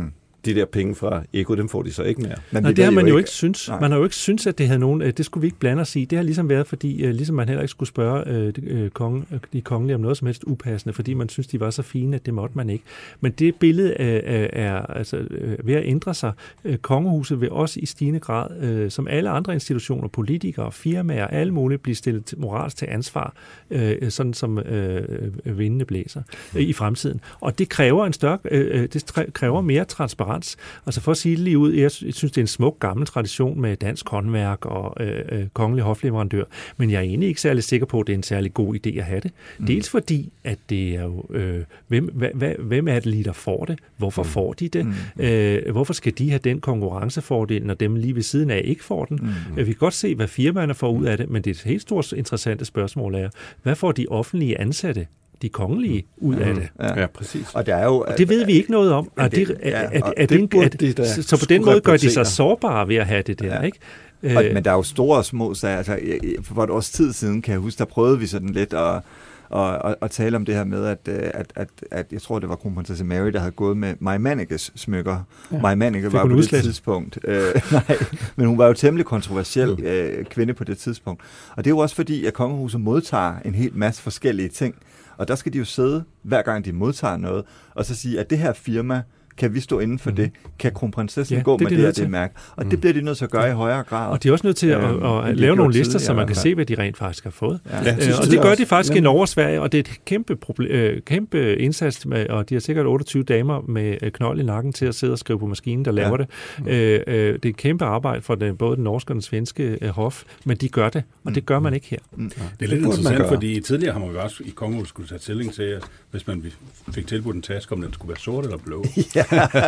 de der penge fra Eko, dem får de så ikke mere. Men Nå, det har man jo ikke, ikke synes. Nej. Man har jo ikke synes, at det havde nogen, det skulle vi ikke blande os i. Det har ligesom været, fordi ligesom man heller ikke skulle spørge øh, konge, de kongelige om noget som helst upassende, fordi man synes, de var så fine, at det måtte man ikke. Men det billede er, er altså, ved at ændre sig. Kongehuset vil også i stigende grad, øh, som alle andre institutioner, politikere, firmaer, alle mulige, blive stillet til, moralsk til ansvar, øh, sådan som øh, vindene blæser øh, i fremtiden. Og det kræver en større, øh, det kræver mere transparens. Altså for at sige det lige ud, jeg synes, det er en smuk gammel tradition med dansk håndværk og øh, kongelig hofleverandør, men jeg er egentlig ikke særlig sikker på, at det er en særlig god idé at have det. Mm. Dels fordi, at det er jo, øh, hvem, hva, hvem er det lige, der får det? Hvorfor mm. får de det? Mm. Øh, hvorfor skal de have den konkurrencefordel, når dem lige ved siden af ikke får den? Mm. Vi kan godt se, hvad firmaerne får ud af det, men det er et helt stort interessante spørgsmål er, hvad får de offentlige ansatte, de kongelige, ud af det? Ja, ja præcis. Og, det er jo, og det ved vi ikke noget om. Er det, er, er, er, er det, en, er, de så på den måde gør de sig sårbare ved at have det der, ja. Ikke? Og, men der er jo store og små sager. Altså, for et års tid siden, kan jeg huske, der prøvede vi sådan lidt at Og, og, og tale om det her med, at, at, at, at jeg tror, det var kronprinsesse Mary, der havde gået med Maja Manniches smykker. Ja. Maja Mannicke var på det udslæt? tidspunkt. Øh, nej, men hun var jo temmelig kontroversiel øh, kvinde på det tidspunkt. Og det er jo også fordi, at kongehuset modtager en hel masse forskellige ting. Og der skal de jo sidde, hver gang de modtager noget, og så sige, at det her firma, kan vi stå inden for mm. det? Kan kronprinsessen ja, gå det, med det, det her det mærke? Og mm. det bliver de nødt til at gøre i højere grad. Og de er også nødt til at, øhm, at, at lave nogle lister, så man kan se, hvad de rent faktisk har fået. Ja. Ja, øh, og det gør de faktisk i Norge og Sverige, og det er et kæmpe, problem, øh, kæmpe indsats, med, og de har sikkert otteogtyve damer med knold i nakken til at sidde og skrive på maskinen, der laver ja. det. Mm. Øh, øh, det er et kæmpe arbejde for den, både den norske og den svenske øh, hof, men de gør det, og det gør man ikke her. Mm. Ja. Det er lidt interessant, fordi tidligere har man jo også i kongehuset skulle tage stilling til, at hvis man fik tilbudt en taske, om den skulle være sort eller blå. Ja.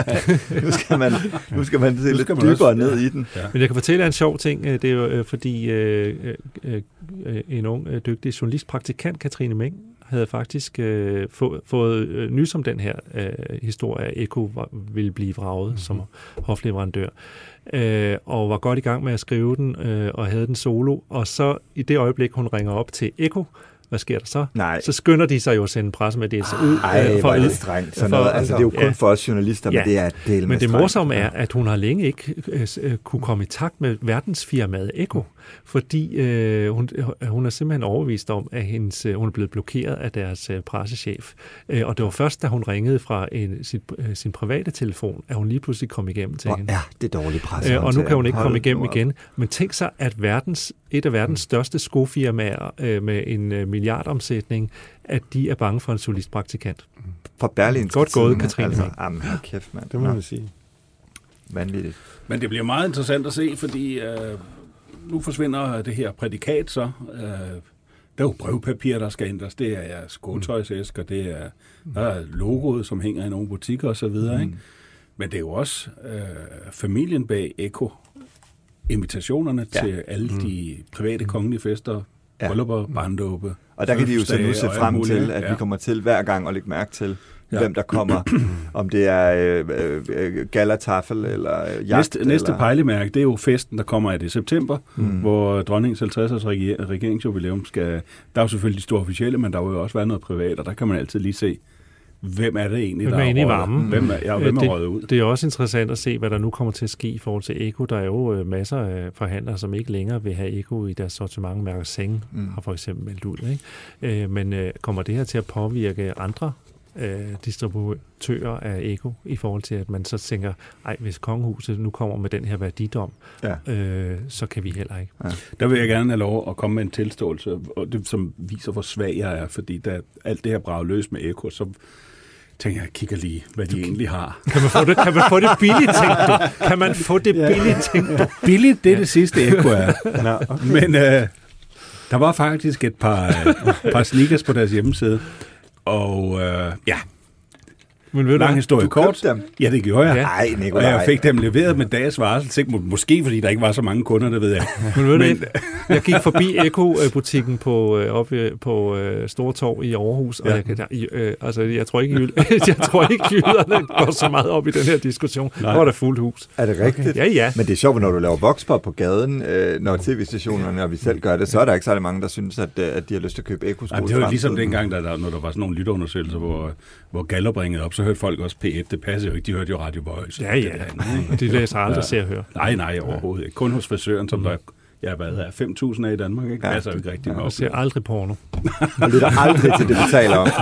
nu, skal man, nu skal man se lidt dybere også, ned ja. i den. Ja. Men jeg kan fortælle en sjov ting. Det er jo fordi øh, øh, en ung, dygtig journalistpraktikant, Katrine Meng, havde faktisk øh, få, fået øh, nys om den her øh, historie, at Eko var, ville blive vraget mm-hmm. som hofleverandør. Øh, og var godt i gang med at skrive den, øh, og havde den solo. Og så i det øjeblik, hun ringer op til Eko, hvad sker der så? Nej. Så skynder de sig jo at sende en pressemeddelelse ud. Ej, hvor er det strengt. Sådan noget. Altså, det er jo kun ja. for os journalister, men ja. det er del Men det morsomme er, at hun har længe ikke uh, kunne komme i takt med verdensfirmaet Eko, fordi uh, hun, hun er simpelthen overbevist om, at hendes, uh, hun er blevet blokeret af deres uh, pressechef. Uh, og det var først, da hun ringede fra en, sin, uh, sin private telefon, at hun lige pludselig kom igennem til Hvor hende. Ja, det er dårlig presse. Uh, og nu kan hun ikke komme igennem igen. Men tænk sig, at verdens, et af verdens største skofirmaer uh, med en uh, milliardomsætning, at de er bange for en journalistpraktikant. For Berlingske. Godt gået, Katrine. Altså, jamen, kæft, mand. Det må man sige. Vanvittigt. Men det bliver meget interessant at se, fordi øh, nu forsvinder det her prædikat så. Øh, der er jo brevpapir, der skal ændres. Det er ja, skotøjsæsker, det er, der er logoet, som hænger i nogle butikker osv. Mm. Ikke? Men det er jo også øh, familien bag Eko. Invitationerne ja. til alle mm. de private kongelige fester, ja. bryllupper, barndåbe. Og der kan de jo så nu se frem muligt, til, at ja. vi kommer til hver gang at lægge mærke til, ja. hvem der kommer. Om det er øh, øh, galatafel eller jagt. Næste, næste pejlemærke, det er jo festen, der kommer i september, mm. hvor dronningens halvtreds-års regeringsjubilæum skal... Der er jo selvfølgelig de store officielle, men der vil jo også være noget privat, og der kan man altid lige se, hvem er det egentlig, hvem er der er varmen? Hvem er, ja, hvem er det, røget ud? Det er også interessant at se, hvad der nu kommer til at ske i forhold til Eko. Der er jo masser af forhandlere, som ikke længere vil have Eko i deres sortiment. Magasin mm. har for eksempel meldt ud. Ikke? Men kommer det her til at påvirke andre distributører af Eko i forhold til, at man så tænker, ej, hvis kongehuset nu kommer med den her værdidom, ja. øh, så kan vi heller ikke. Ja. Der vil jeg gerne have lov at komme med en tilståelse, og det, som viser, hvor svag jeg er, fordi da alt det her brager løs med Eko, så tænker jeg, kigger lige, hvad de egentlig har. Kan man få det, kan man få det billigt, tænker du? Kan man få det billigt, tænker du? Billigt, det er ja. det sidste Eko er. Nå, okay. Men øh, der var faktisk et par, øh, par sneakers på deres hjemmeside, og øh, ja, men ved lang historie kort. Dem? Ja, det gjorde jeg. Ja. Ej, Nicolaj. Og jeg fik dem leveret med dags varsel. Må, måske fordi der ikke var så mange kunder, det ved jeg. Men ved men, jeg gik forbi Eko-butikken på, oppe på Stortorv i Aarhus, ja. og jeg, der, øh, altså, jeg tror ikke, jeg tror ikke, jyderne går så meget op i den her diskussion. Nej. Hvor er der fuldt hus. Er det rigtigt? Okay. Ja, ja. Men det er sjovt, når du laver voxpop på gaden, øh, når tv-stationerne og vi selv gør det, så er der ikke særlig mange, der synes, at, at de har lyst til at købe Eko-sko. Det var ligesom dengang, der, der, når der var sådan nogle lytterundersøgelser, hvor, hvor Gallup ringede op, så hørte folk også P et. Det passer jo ikke. De hørte jo Radio Voice. Ja, ja. De læser aldrig, ja. Ser og hører. Nej, nej, overhovedet ikke. Kun hos frisøren, som mm. der ja, hvad er fem tusind af i Danmark, ikke? Det ja. passer jo ikke rigtig ja, med. Jeg ser aldrig porno. Man lytter aldrig til det, vi taler om.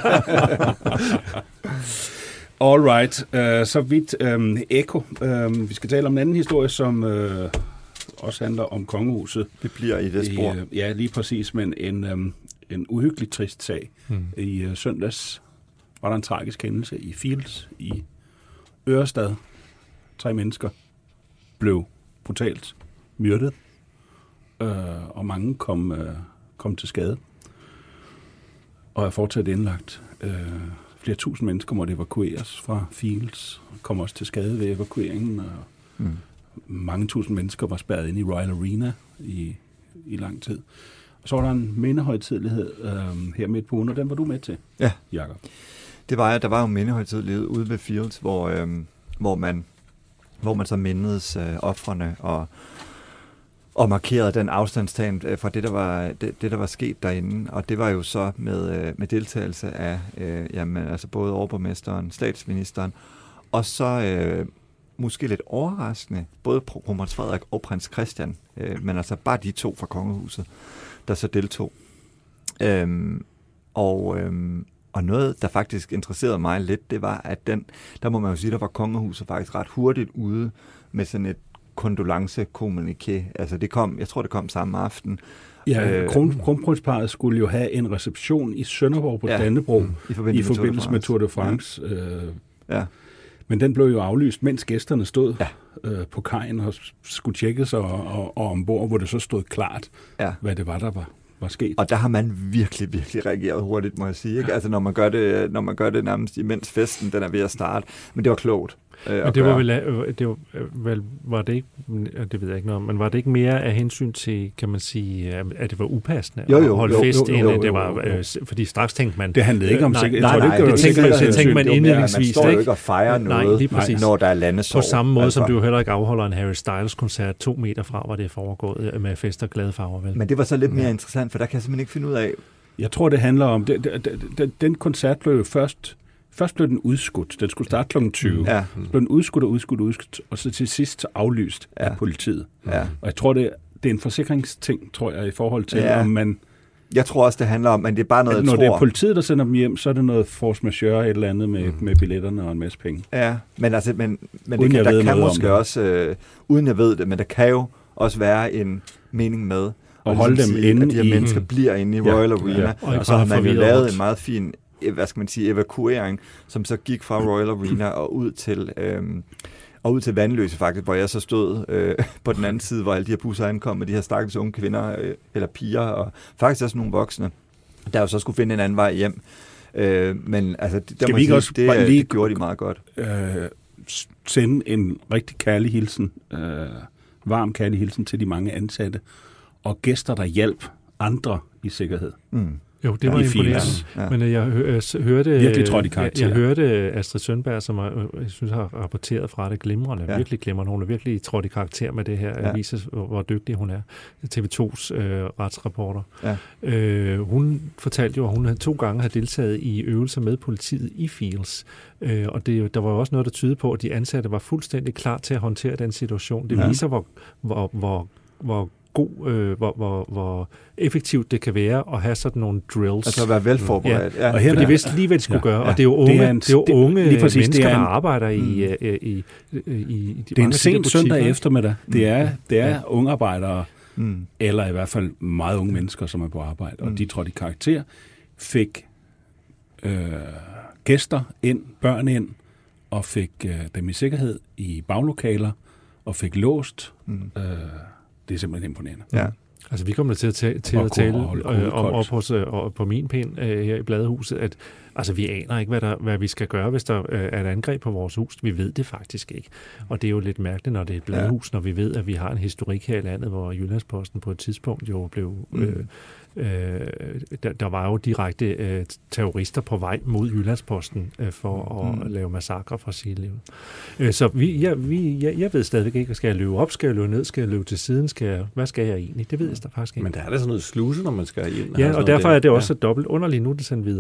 All right. Uh, så vidt um, Echo. Um, vi skal tale om en anden historie, som uh, også handler om kongehuset. Vi bliver i det spor. I, uh, ja, lige præcis, men en, um, en uhyggelig trist sag. Hmm. I uh, søndags var der en tragisk hændelse i Fields i Ørestad. Tre mennesker blev brutalt myrdet, uh, og mange kom, uh, kom til skade og er fortsat indlagt. Uh, Flere tusind mennesker måtte evakueres fra Fields, kom også til skade ved evakueringen, og mm. mange tusind mennesker var spærret inde i Royal Arena i, i lang tid. Og så var der en mindehøjtidelighed øh, her midt på ugen, og den var du med til, ja. Jakob. Det var der var jo en mindehøjtidelighed ude ved Fields, hvor, øh, hvor, man, hvor man så mindedes øh, ofrene og og markerede den afstandstagen fra det der var det, det der var sket derinde, og det var jo så med med deltagelse af øh, jamen altså både overborgmesteren, statsministeren, og så øh, måske lidt overraskende både kronprins Frederik og prins Christian, øh, men altså bare de to fra kongehuset, der så deltog. Øhm, og øhm, og noget der faktisk interesserede mig lidt, det var at den der må man jo sige, der var kongehuset faktisk ret hurtigt ude med sådan et kondolence-kommuniké. Altså det kom, jeg tror det kom samme aften. Ja, øh, kron, kronprinsparret skulle jo have en reception i Sønderborg på ja, Dannebrog mm, i forbindelse, i forbindelse med Tour de France. Med Tour de France. Ja. Øh, ja. Men den blev jo aflyst, mens gæsterne stod ja. øh, på kajen og skulle tjekkes og, og, og ombord, hvor det så stod klart, ja. hvad det var, der var, var sket. Og der har man virkelig, virkelig reageret hurtigt, må jeg sige. Ikke? Ja. Altså når man gør det, når man gør det nærmest imens festen, den er ved at starte. Men det var klogt. Men det var vel, det var, vel, var det ikke, det ved jeg ikke noget om, men var det ikke mere af hensyn til, kan man sige, at det var upassende jo, jo, at holde jo, fest, jo, jo, jo, jo, end det var, øh, fordi straks tænkte man... Det handlede ikke om sikkerhed. Nej, nej, nej, det, det tænkte man, det tænkte man indledningsvis. Man står jo ikke og fejrer noget, nej, lige præcis. Når der er landesorg. På samme måde, altså. Som du jo heller ikke afholder en Harry Styles-koncert to meter fra, hvor det er foregået med fest og glade farver. Vel? Men det var så lidt mere ja. interessant, for der kan jeg simpelthen ikke finde ud af... Jeg tror, det handler om... Det, det, det, den koncert blev jo først... Først blev den udskudt. Den skulle starte klokken tyve. Ja. Så blev den udskudt og udskudt og udskudt, og så til sidst aflyst ja. af politiet. Ja. Og jeg tror, det, det er en forsikringsting, tror jeg, i forhold til, ja. om man... Jeg tror også, det handler om, men det er bare noget, jeg når tror... Når det er politiet, der sender dem hjem, så er det noget force majeure, et eller andet med, mm. med billetterne og en masse penge. Ja, men, altså, men, men det kan, der kan måske også, øh, uden jeg ved det, men der kan jo også være en mening med... Og holde dem sige, inde at de her i... mennesker bliver inde i Royal ja. Arena. Ja. Og, og så har man jo lavet en meget fin... hvad skal man sige, evakuering, som så gik fra Royal Arena og ud til øhm, og ud til Vandløse faktisk, hvor jeg så stod øh, på den anden side, hvor alle de her busser ankom med de her stakkels unge kvinder øh, eller piger, og faktisk også nogle voksne, der jo så skulle finde en anden vej hjem. Øh, men altså, der skal må vi ikke sige, også det, lige det gjorde de meget godt. Øh, sende en rigtig kærlig hilsen, øh, varm kærlig hilsen til de mange ansatte, og gæster, der hjalp andre i sikkerhed. Mm. Jo, det var imponerende. Ja. Men jeg hørte, virkelig trådt i karakter. Jeg, jeg hørte Astrid Sundberg, som jeg, jeg synes har rapporteret fra det glimrende, ja. virkelig glimrende. Hun er virkelig trådt i karakter med det her, ja. viser, hvor dygtig hun er. T V to's øh, retsreporter. Ja. Øh, hun fortalte jo, at hun to gange har deltaget i øvelser med politiet i Fields. Øh, og det, der var også noget, der tyder på, at de ansatte var fuldstændig klar til at håndtere den situation. Det ja. viser, hvor, hvor, hvor, hvor god, øh, hvor, hvor, hvor effektivt det kan være at have sådan nogle drills. Altså at være velforberedt. Ja. Ja. Og her, for de vidste lige, hvad de skulle ja. gøre. Og det er jo unge, det er en, det er jo unge det, præcis, mennesker, det er en, der arbejder i, mm. i, i, i, i de det er en sent søndag eftermiddag. Det er, det er ja. unge arbejdere, mm. eller i hvert fald meget unge mennesker, som er på arbejde. Og mm. de trådte i karakter, fik øh, gæster ind, børn ind, og fik øh, dem i sikkerhed i baglokaler, og fik låst mm. øh, det er simpelthen imponerende. Ja. Altså, vi kommer til at, ta- til at tale øh, om op hos, øh, på min pind øh, her i Bladehuset, at altså, vi aner ikke, hvad, der, hvad vi skal gøre, hvis der øh, er et angreb på vores hus. Vi ved det faktisk ikke. Og det er jo lidt mærkeligt, når det er et bladehus, ja. når vi ved, at vi har en historik her i landet, hvor Jyllandsposten på et tidspunkt jo blev... Øh, mm. Øh, der, der var jo direkte øh, terrorister på vej mod Jyllandsposten øh, for at mm. lave massakre fra sit liv. Øh, så vi, ja, vi, jeg, jeg ved stadigvæk ikke, skal jeg løbe op, skal jeg løbe ned, skal jeg løbe til siden, skal jeg, hvad skal jeg egentlig? Det ved jeg faktisk ikke. Men der er der sådan noget sluse, når man skal ind. Ja, og derfor det. er det også ja. dobbelt underligt. Nu er det sendt videre.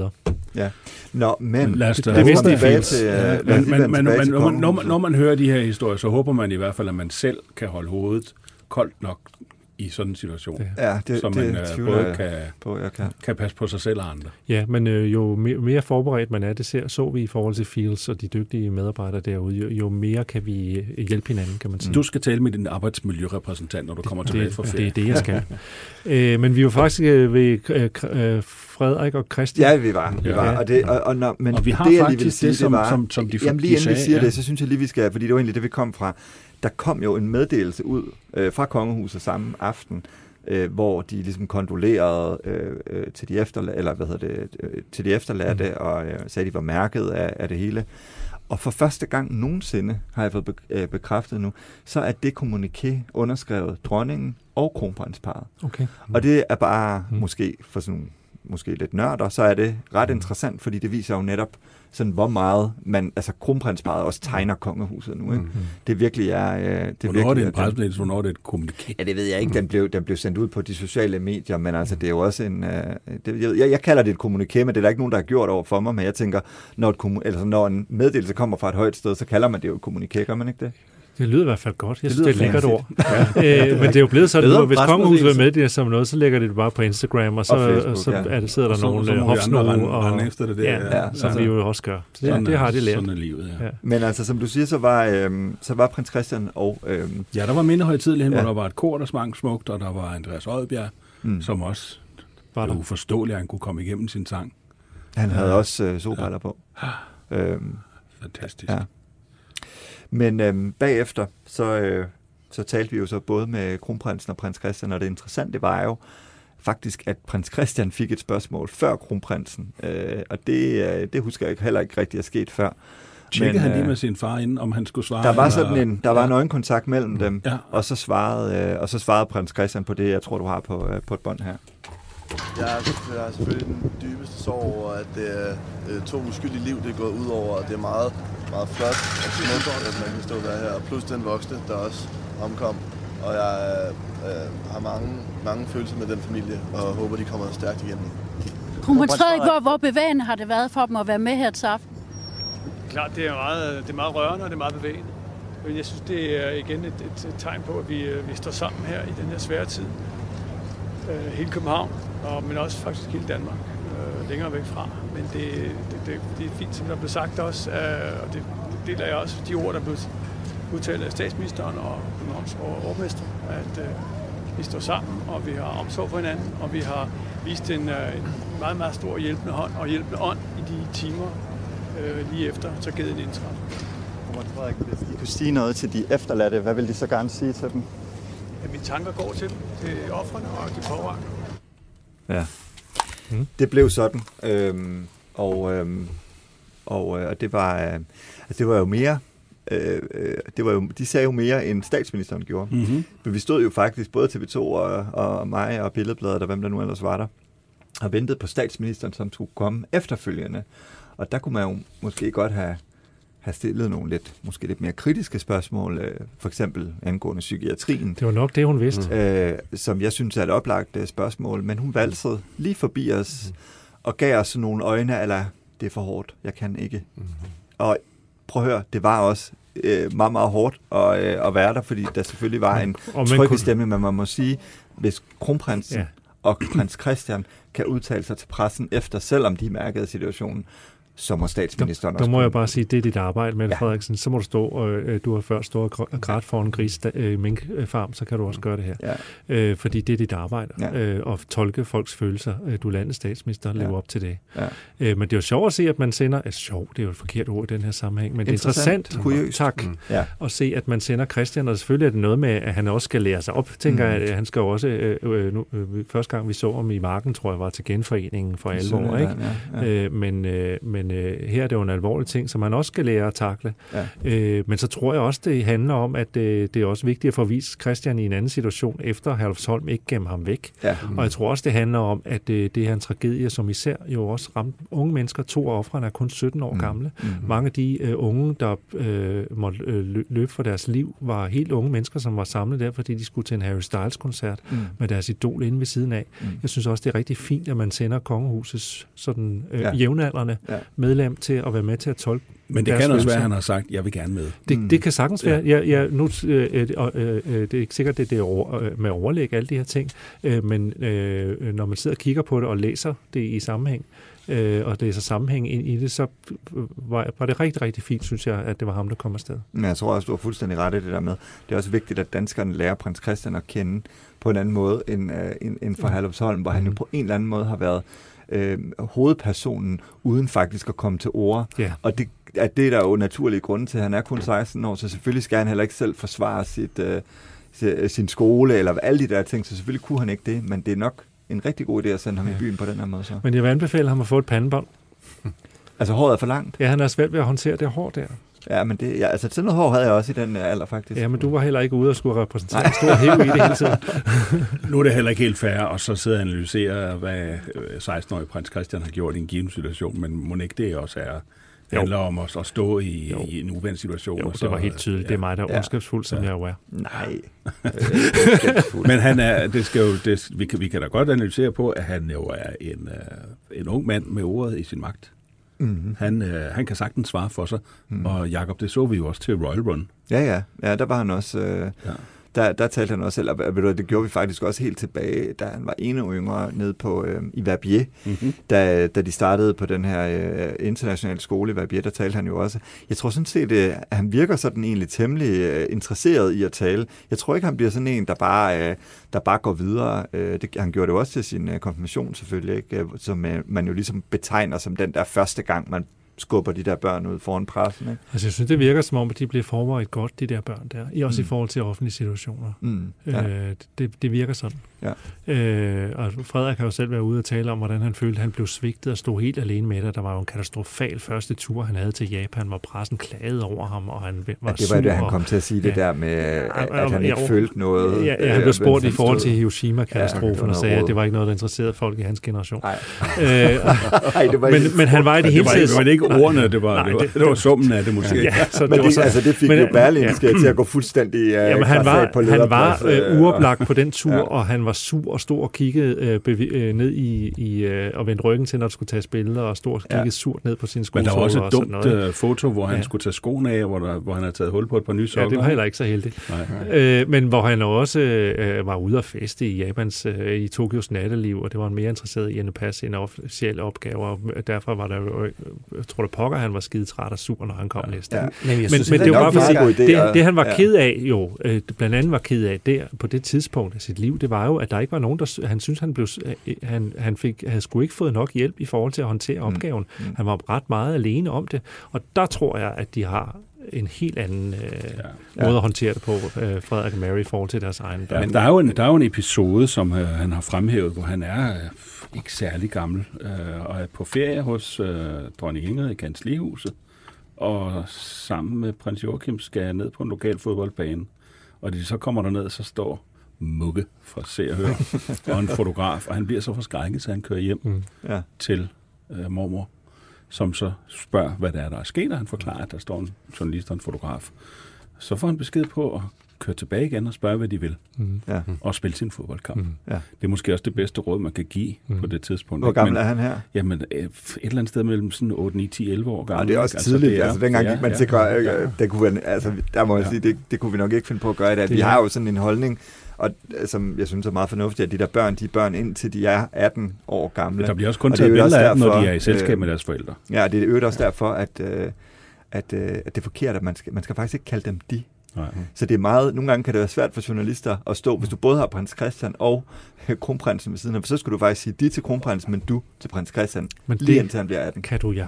Ja. Nå, men lad os det, da det håbe, tilbage til, ja, uh, men, men, men, men, tilbage til når, man, når, man, når man hører de her historier, så håber man i hvert fald, at man selv kan holde hovedet koldt nok i sådan en situation, ja, det, så det, man det uh, både kan, på, jeg kan. kan passe på sig selv og andre. Ja, men øh, jo mere, mere forberedt man er, det ser, så vi i forhold til Fields og de dygtige medarbejdere derude, jo, jo mere kan vi hjælpe hinanden, kan man sige. Du skal tale med din arbejdsmiljørepræsentant, når du kommer det, tilbage fra ferie. Det er det, jeg skal. øh, men vi var faktisk øh, ved øh, Frederik og Christian. Ja, vi var. Vi var. Ja. Og, det, og, og, når, men og vi har det, jeg faktisk sige, det, som, det var, som, som de jamen lige inden sagde, vi siger ja. det, så synes jeg lige, vi skal, fordi det var egentlig det, vi kom fra. Der kom jo en meddelelse ud øh, fra kongehuset samme aften, øh, hvor de ligesom kondolerede øh, øh, til de efterladte, eller hvad hedder det, øh, til de efterladte, mm. og øh, sagde, at de var mærket af, af det hele. Og for første gang nogensinde, har jeg fået be- øh, bekræftet nu, så er det kommuniké underskrevet dronningen og kronprinsparret. Okay. Mm. Og det er bare, mm. måske for sådan måske lidt nørder, så er det ret interessant, fordi det viser jo netop sådan, hvor meget man, altså kronprinsparret også tegner kongehuset nu, ikke? Mm-hmm. Det virkelig er... Øh, det hvornår virkelig er det en pressemeddelelse, hvornår er det et kommuniké? Ja, det ved jeg ikke. Den blev, den blev sendt ud på de sociale medier, men altså, det er jo også en... Øh, det, jeg, jeg kalder det et kommuniké, men det er der ikke nogen, der har gjort over for mig, men jeg tænker, når, et kommu- altså, når en meddelelse kommer fra et højt sted, så kalder man det jo et kommuniké, gør man ikke det? Det lyder i hvert fald godt. Jeg det synes, det er et lækkert ord. Ja. øh, men det er jo blevet sådan, Bedre at hvis kongehuset vil med det som noget, så lægger det bare på Instagram, og så, og Facebook, så ja. er det, sidder der og så, nogle så hofsnoge, og efter det der, ja, ja, som altså, vi jo også gør. Så det, det har de lært. Sådan er livet, ja. Ja. Men altså, som du siger, så var, øhm, så var prins Christian og... Øhm, ja, der var mindehøjtidelighed, ja. hvor der var et kor, der smang smukt, og der var Andreas Oddbjerg, mm. som også var der uforståeligt, at han kunne komme igennem sin sang. Han havde ja. også øh, solbriller ja. på. Øhm, Fantastisk. Ja. Men øhm, bagefter, så, øh, så talte vi jo så både med kronprinsen og prins Christian, og det interessante var jo faktisk, at prins Christian fik et spørgsmål før kronprinsen, øh, og det, øh, det husker jeg heller ikke rigtig er sket før. Tjekkede han lige med sin far inden, om han skulle svare? Der var eller? sådan en, der var ja. en øjenkontakt mellem dem, ja. og, så svarede, øh, og så svarede prins Christian på det, jeg tror, du har på, øh, på et bånd her. Jeg er selvfølgelig den dybeste sorg over, at det er øh, to uskyldige liv, det er gået ud over, og det er meget, meget flot og smukt, at man kan stå der her, og plus den voksne, der også omkom. Og jeg øh, har mange, mange følelser med den familie, og håber, de kommer stærkt igennem. Kronprins Frederik, hvor bevægende har det været for dem at være med her til aften? Klart, det er meget, det er meget rørende, og det er meget bevægende. Men jeg synes, det er igen et, et, et tegn på, at vi, vi står sammen her i den her svære tid. Øh, hele København, og, men også faktisk hele Danmark, øh, længere væk fra. Men det, det, det, det er fint, som der blev sagt også, øh, og det, det deler jeg også, de ord, der blev udtalt af statsministeren og Københavns overborgmester, at øh, vi står sammen, og vi har omsorg for hinanden, og vi har vist en, øh, en meget, meget stor hjælpende hånd og hjælpende ånd i de timer øh, lige efter tragedien indtræder. Frederik, hvis I kunne sige noget til de efterladte, hvad vil de så gerne sige til dem? Ja, mine tanker går til dem, til offrene og de pårørende. Ja, mm. det blev sådan, øhm, og, øhm, og, øh, og det var, øh, altså det var jo mere, øh, det var jo, de sagde jo mere, end statsministeren gjorde. Mm-hmm. Men vi stod jo faktisk, både T V to og, og mig og Billedbladet, og hvem der nu ellers var der, og ventede på statsministeren, som skulle komme efterfølgende. Og der kunne man jo måske godt have, have stillet nogle lidt, måske lidt mere kritiske spørgsmål, øh, for eksempel angående psykiatrien. Det var nok det, hun vidste. Øh, som jeg synes er et oplagt øh, spørgsmål, men hun valgte lige forbi os mm. og gav os nogle øjne, eller det er for hårdt, jeg kan ikke. Mm. Og prøv at høre, det var også øh, meget, meget hårdt at, øh, at være der, fordi der selvfølgelig var en tryg stemning, men man må sige, hvis kronprinsen ja. og prins Christian kan udtale sig til pressen efter, selvom de mærkede situationen, så må statsministeren der, også... Der må kunne. jeg bare sige, det er dit arbejde, Mette ja. Frederiksen. Så må du stå, og øh, du har først stået og grædt for en gris øh, minkfarm, så kan du også gøre det her. Ja. Øh, fordi det er dit arbejde, ja. øh, at tolke folks følelser. Øh, du er landets statsminister, og lever ja. op til det. Ja. Øh, men det er jo sjovt at se, at man sender... Altså sjovt, det er jo et forkert ord i den her sammenhæng, men det er interessant, kuriøst. tak, mm. ja. at se, at man sender Christian, og selvfølgelig er det noget med, at han også skal lære sig op. Tænker jeg, mm. at han skal jo også... Øh, øh, nu, øh, første gang vi så ham i Marken, tror jeg, var til genforeningen for alvor, ikke? Ja, ja. Øh, men, øh, men men øh, her er det jo en alvorlig ting, som man også skal lære at takle. Ja. Øh, men så tror jeg også, det handler om, at øh, det er også vigtigt at få vist Christian i en anden situation, efter Herlufsholm ikke gemmer ham væk. Ja. Mm. Og jeg tror også, det handler om, at øh, det er en tragedie, som især jo også ramte unge mennesker. To af ofrene er kun sytten år mm. gamle. Mm. Mange af de øh, unge, der øh, måtte øh, løbe for deres liv, var helt unge mennesker, som var samlet der, fordi de skulle til en Harry Styles-koncert mm. med deres idol inde ved siden af. Mm. Jeg synes også, det er rigtig fint, at man sender kongehusets sådan, øh, ja. jævnaldrende ja. medlem til at være med til at tolke. Men det kan også være, at han har sagt, jeg vil gerne med. Det, mm. det kan sagtens være. Jeg, jeg, nu, øh, øh, øh, det er ikke sikkert, det er over, øh, med at overlægge alle de her ting, øh, men øh, når man sidder og kigger på det og læser det i sammenhæng, øh, og læser sammenhæng ind i det, så var, var det rigtig, rigtig fint, synes jeg, at det var ham, der kom afsted. Men jeg tror også, du har fuldstændig ret i det der med. Det er også vigtigt, at danskerne lærer prins Christian at kende på en anden måde end, øh, end, end fra Herlufsholm, hvor mm. han jo på en eller anden måde har været øh, hovedpersonen, uden faktisk at komme til ord. Yeah. Og det at det er der jo naturlige grunde til. Han er kun seksten år, så selvfølgelig skal han heller ikke selv forsvare sit, øh, sin skole, eller alle de der ting, så selvfølgelig kunne han ikke det, men det er nok en rigtig god idé at sende ham ja. i byen på den her måde. Så. Men jeg vil anbefale ham at få et pandebånd. Altså håret er for langt? Ja, han er svært ved at håndtere det hår der. Ja, men det, ja, altså sådan noget hår havde jeg også i den alder, faktisk. Ja, men du var heller ikke ude og skulle repræsentere en stor hæv i det hele tiden. Nu er det heller ikke helt fair, og så sidde og analysere, hvad seksten-årige prins Christian har gjort i en given situation, men må ikke det også er... Det handler om at, at stå i, i en uvendt situation. Jo, og så, det var helt tydeligt. Ja. Det er mig, der er ondskabsfuld, som ja. jeg jo er. Nej. Men han er, det skal jo, det, vi, kan, vi kan da godt analysere på, at han jo er en, uh, en ung mand med ordet i sin magt. Mm-hmm. Han, uh, han kan sagtens svare for sig, mm. og Jakob, det så vi jo også til Royal Run. Ja, ja. Ja, der var han også... Øh... Ja. Der, der talte han også selv, og det gjorde vi faktisk også helt tilbage, da han var endnu yngre nede på, øh, i Verbier, mm-hmm. da, da de startede på den her øh, internationale skole i Verbier, der talte han jo også. Jeg tror sådan set, øh, at han virker sådan egentlig temmelig øh, interesseret i at tale. Jeg tror ikke, han bliver sådan en, der bare, øh, der bare går videre. Øh, det, han gjorde det også til sin øh, konfirmation selvfølgelig, ikke? Som øh, man jo ligesom betegner som den der første gang, man skubber de der børn ud foran pressen. Ikke? Altså, jeg synes, det virker som om, at de bliver forberedt godt, de der børn der. I også mm. i forhold til offentlige situationer. Mm. Ja. Øh, det, det virker sådan. Ja. Øh, og Frederik har jo selv været ude og tale om, hvordan han følte, at han blev svigtet og stod helt alene med det. Der var jo en katastrofal første tur, han havde til Japan, hvor pressen klagede over ham, og han var ja, det var sur, det, han kom til at sige, det ja. der med, at, at han ikke ja, følte noget. Ja, ja, han blev spurgt i forhold til Hiroshima-katastrofen, ja, og sagde, at det var ikke noget, der interesserede folk i hans generation. Nej. Øh, Ej, det var men, men han var i det hele taget... Det var ikke ordene, det var, Nej, det, var, det, det var summen af det måske. Ja, så men det, det, så, altså, det fik men, jo Berlingske ja. til at gå fuldstændig uh, Jamen, han var, på han var øh, uoplagt på den tur, ja. og han var sur og stod og kiggede øh, bev- øh, ned i, i øh, og vendte ryggen til, når der skulle tage billeder, og stod og kiggede ja. surt ned på sine sko. Men der var også et dumt uh, foto, hvor han ja. skulle tage skoene af, hvor, der, hvor han havde taget hul på et par nye sokker. Ja, det var heller ikke så heldigt. Øh, men hvor han også øh, var ude at feste i Japans, øh, i Tokyos natteliv, og det var han mere interesseret i end at passe en officiel opgave, og derfor var der jo, jeg tror det pokker, han var skide træt og sur, når han kom ja. næste. Ja. Men, men, synes, men det var bare for at sige, det, det han var ja. ked af jo, øh, blandt andet var ked af der, på det tidspunkt af sit liv, det var jo, at der ikke var nogen, der, han synes han blev, han, han fik, havde sgu ikke fået nok hjælp i forhold til at håndtere opgaven. Mm. Mm. Han var ret meget alene om det, og der tror jeg, at de har en helt anden øh, ja. måde at håndtere det på, øh, Frederik og Mary, i forhold til deres egen børn. Ja, der, er jo en, der er jo en episode, som øh, han har fremhævet, hvor han er øh, ikke særlig gammel, øh, og er på ferie hos øh, dronning Ingrid i Kansliehuset, og sammen med prins Joachim skal ned på en lokal fodboldbane. Og de så kommer der ned, så står Mugge fra Se og Hør og en fotograf, og han bliver så forskrækket, så han kører hjem mm. ja. til øh, mormor, som så spørger, hvad det er, der er sket, og han forklarer, at der står en journalist og en fotograf. Så får han besked på at køre tilbage igen og spørge, hvad de vil, mm. ja. og spille sin fodboldkamp. Mm. Ja. Det er måske også det bedste råd, man kan give mm. på det tidspunkt. Hvor gammel er han her? Jamen, et eller andet sted mellem sådan otte, ni, ti, elleve år gammel. Ja, det er også altså, tidligt. Det er, altså, dengang gik man til ja, ja. det kunne vi, altså, der må jeg ja. sige, det, det kunne vi nok ikke finde på at gøre i dag. Vi har jo sådan en holdning, og som jeg synes er meget fornuftigt, at de der børn, de er børn indtil de er atten år gamle. Der bliver også kun taget billeder af dem, når de er i selskab øh, med deres forældre. Ja, det er øvrigt også derfor, at, øh, at, øh, at det er forkert, at man skal, man skal faktisk ikke kalde dem de. Nej. Så det er meget, nogle gange kan det være svært for journalister at stå, hvis du både har prins Christian og kronprinsen ved siden af, så skulle du faktisk sige de til kronprinsen, men du til prins Christian, men lige indtil han bliver atten. Kan du, Jacob?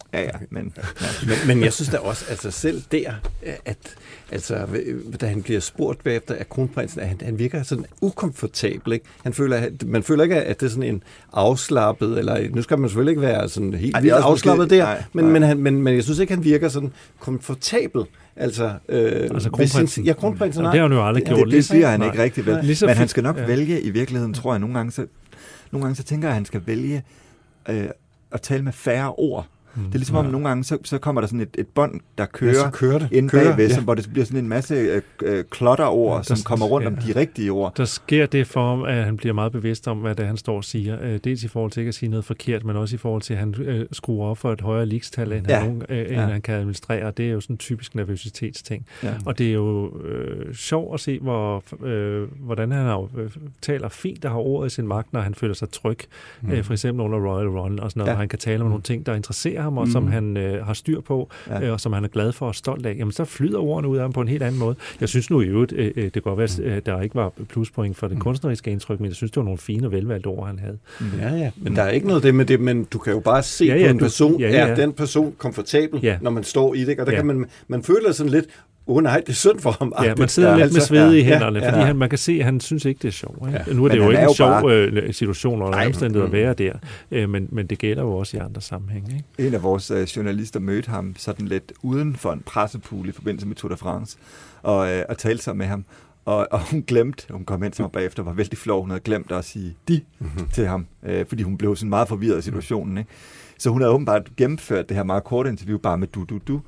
Ja, ja, men... Ja. men, men jeg synes da også, altså selv der, at altså, da han bliver spurgt bagefter af kronprinsen, at han, han virker sådan ukomfortabel, ikke? Han føler, man føler ikke, at det er sådan en afslappet, eller nu skal man selvfølgelig ikke være sådan helt Ej, vildt afslappet måske, der, nej, men, nej. Men, han, men, men jeg synes ikke, han virker sådan komfortabel. Altså, øh, altså kronprinsen. Ja, kronprinsen. Det har han jo aldrig ja, gjort. Det, det bliver han ikke rigtig vel. Ligesom men han skal nok ja. vælge, i virkeligheden tror jeg, nogle gange så, nogle gange så tænker jeg, at han skal vælge øh, at tale med færre ord. Det er ligesom om, ja. nogle gange, så, så kommer der sådan et, et bånd, der kører, ja, kører det. ind bagved, kører, ja. hvor det bliver sådan en masse øh, øh, klotterord, ja, som kommer rundt ja. om de rigtige ord. Der sker det for ham, at han bliver meget bevidst om, hvad det er, han står og siger. Øh, dels i forhold til ikke at sige noget forkert, men også i forhold til, at han øh, skruer op for et højere leakstal, end, ja. han, nogen, øh, end ja. han kan administrere. Det er jo sådan en typisk nervøsitetsting. Ja. Og det er jo øh, sjovt at se, hvor, øh, hvordan han har, øh, taler fint og har ordet i sin magt, når han føler sig tryg. Mm. Øh, for eksempel under Royal Run og sådan noget, ja. hvor han kan tale om nogle ting, der interesserer ham, og mm. som han øh, har styr på, ja. øh, og som han er glad for og stolt af, jamen så flyder ordene ud af ham på en helt anden måde. Jeg synes nu i øvrigt, øh, det kan godt være, at der ikke var pluspoint for det kunstneriske indtryk, men jeg synes, det var nogle fine og velvalgte ord, han havde. Ja, ja, men der er ikke noget det med det, men du kan jo bare se ja, ja, på en person, ja, ja. er den person komfortabel, ja. når man står i det, og der ja. kan man, man føler sådan lidt, åh oh, nej, det er synd for ham. Ja, man sidder ja, lidt altså, med svede ja, i hænderne, ja, fordi ja. Han, man kan se, at han synes ikke, det er sjovt. Ja. Nu er det men jo ikke en sjov bare... øh, situation og omstændighed at være der, øh, men, men det gælder jo også i andre sammenhænge. Ikke? En af vores øh, journalister mødte ham sådan lidt uden for en pressepool i forbindelse med Tour de France, og, øh, og talte så med ham. Og, og hun glemte, hun kom hen til mig bagefter, var vældig flov, hun havde glemt at sige de mm-hmm. til ham, øh, fordi hun blev sådan meget forvirret af situationen. Ikke? Så hun havde åbenbart gennemført det her meget korte interview bare med du, du, du.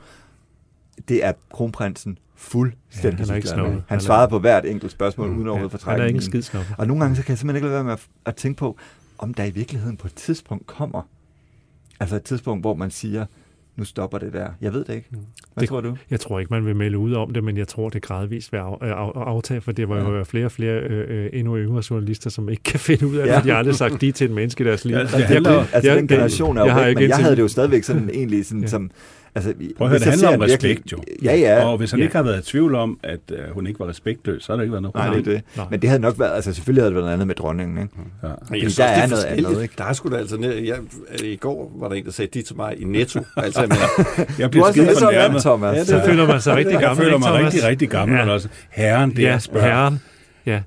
Det er kronprinsen fuldstændig ja, han, er han, han svarede på hvert enkelt spørgsmål, mm, uden overhovedet for trækken. Han er ikke skidsnobbet. Og nogle gange så kan jeg simpelthen ikke lade være med at, at tænke på, om der i virkeligheden på et tidspunkt kommer, altså et tidspunkt, hvor man siger, nu stopper det der. Jeg ved det ikke. Hvad det, tror du? Jeg tror ikke, man vil melde ud om det, men jeg tror, det gradvist vil af, af, aftage, for det var jo ja. flere og flere øh, endnu yngre journalister, som ikke kan finde ud af, ja. at de aldrig sagt de til en menneske i deres liv. Ja, det handler, jeg, altså jeg, den generation er jo jeg, væk, men jeg havde det jo stadigvæk sådan egentlig sådan, ja. som... Altså, Prøv at høre, det handler om respekt virkelig, jo. Ja, ja. Og hvis han ja. ikke har været i tvivl om, at uh, hun ikke var respektløs, så har der ikke været noget problem. Nej, det er det. Men det havde nok været, altså selvfølgelig havde det været noget andet med dronningen, ikke? Ja. Ja. Jeg synes, der er, er noget andet, ikke? Der er sgu da altså, jeg, i går var der en, der sagde de til mig i Netto. Altså, men, jeg bliver skide fornærmet. Thomas. Ja, så føler man sig rigtig gammel. Jeg føler mig rigtig, rigtig gammel, men også herren, det er spørg. Herren. Ja,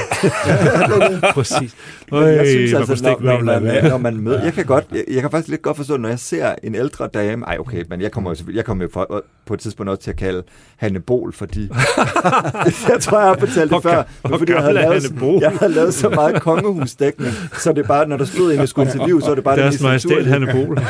præcis. Øj, jeg synes altså, når, når, man, når man møder, jeg kan godt, jeg, jeg kan faktisk lidt godt forstå, når jeg ser en ældre dame, ej okay, men jeg kommer jo jeg kommer jo for, på et tidspunkt også til at kalde Hanne Bol, fordi jeg tror, jeg har fortalt det før, men fordi jeg havde, lavet, jeg havde lavet så meget kongehusdækning, så det bare, når der stod en, jeg skulle interviewe, så er det bare Deres Majestæt Hanne Bol.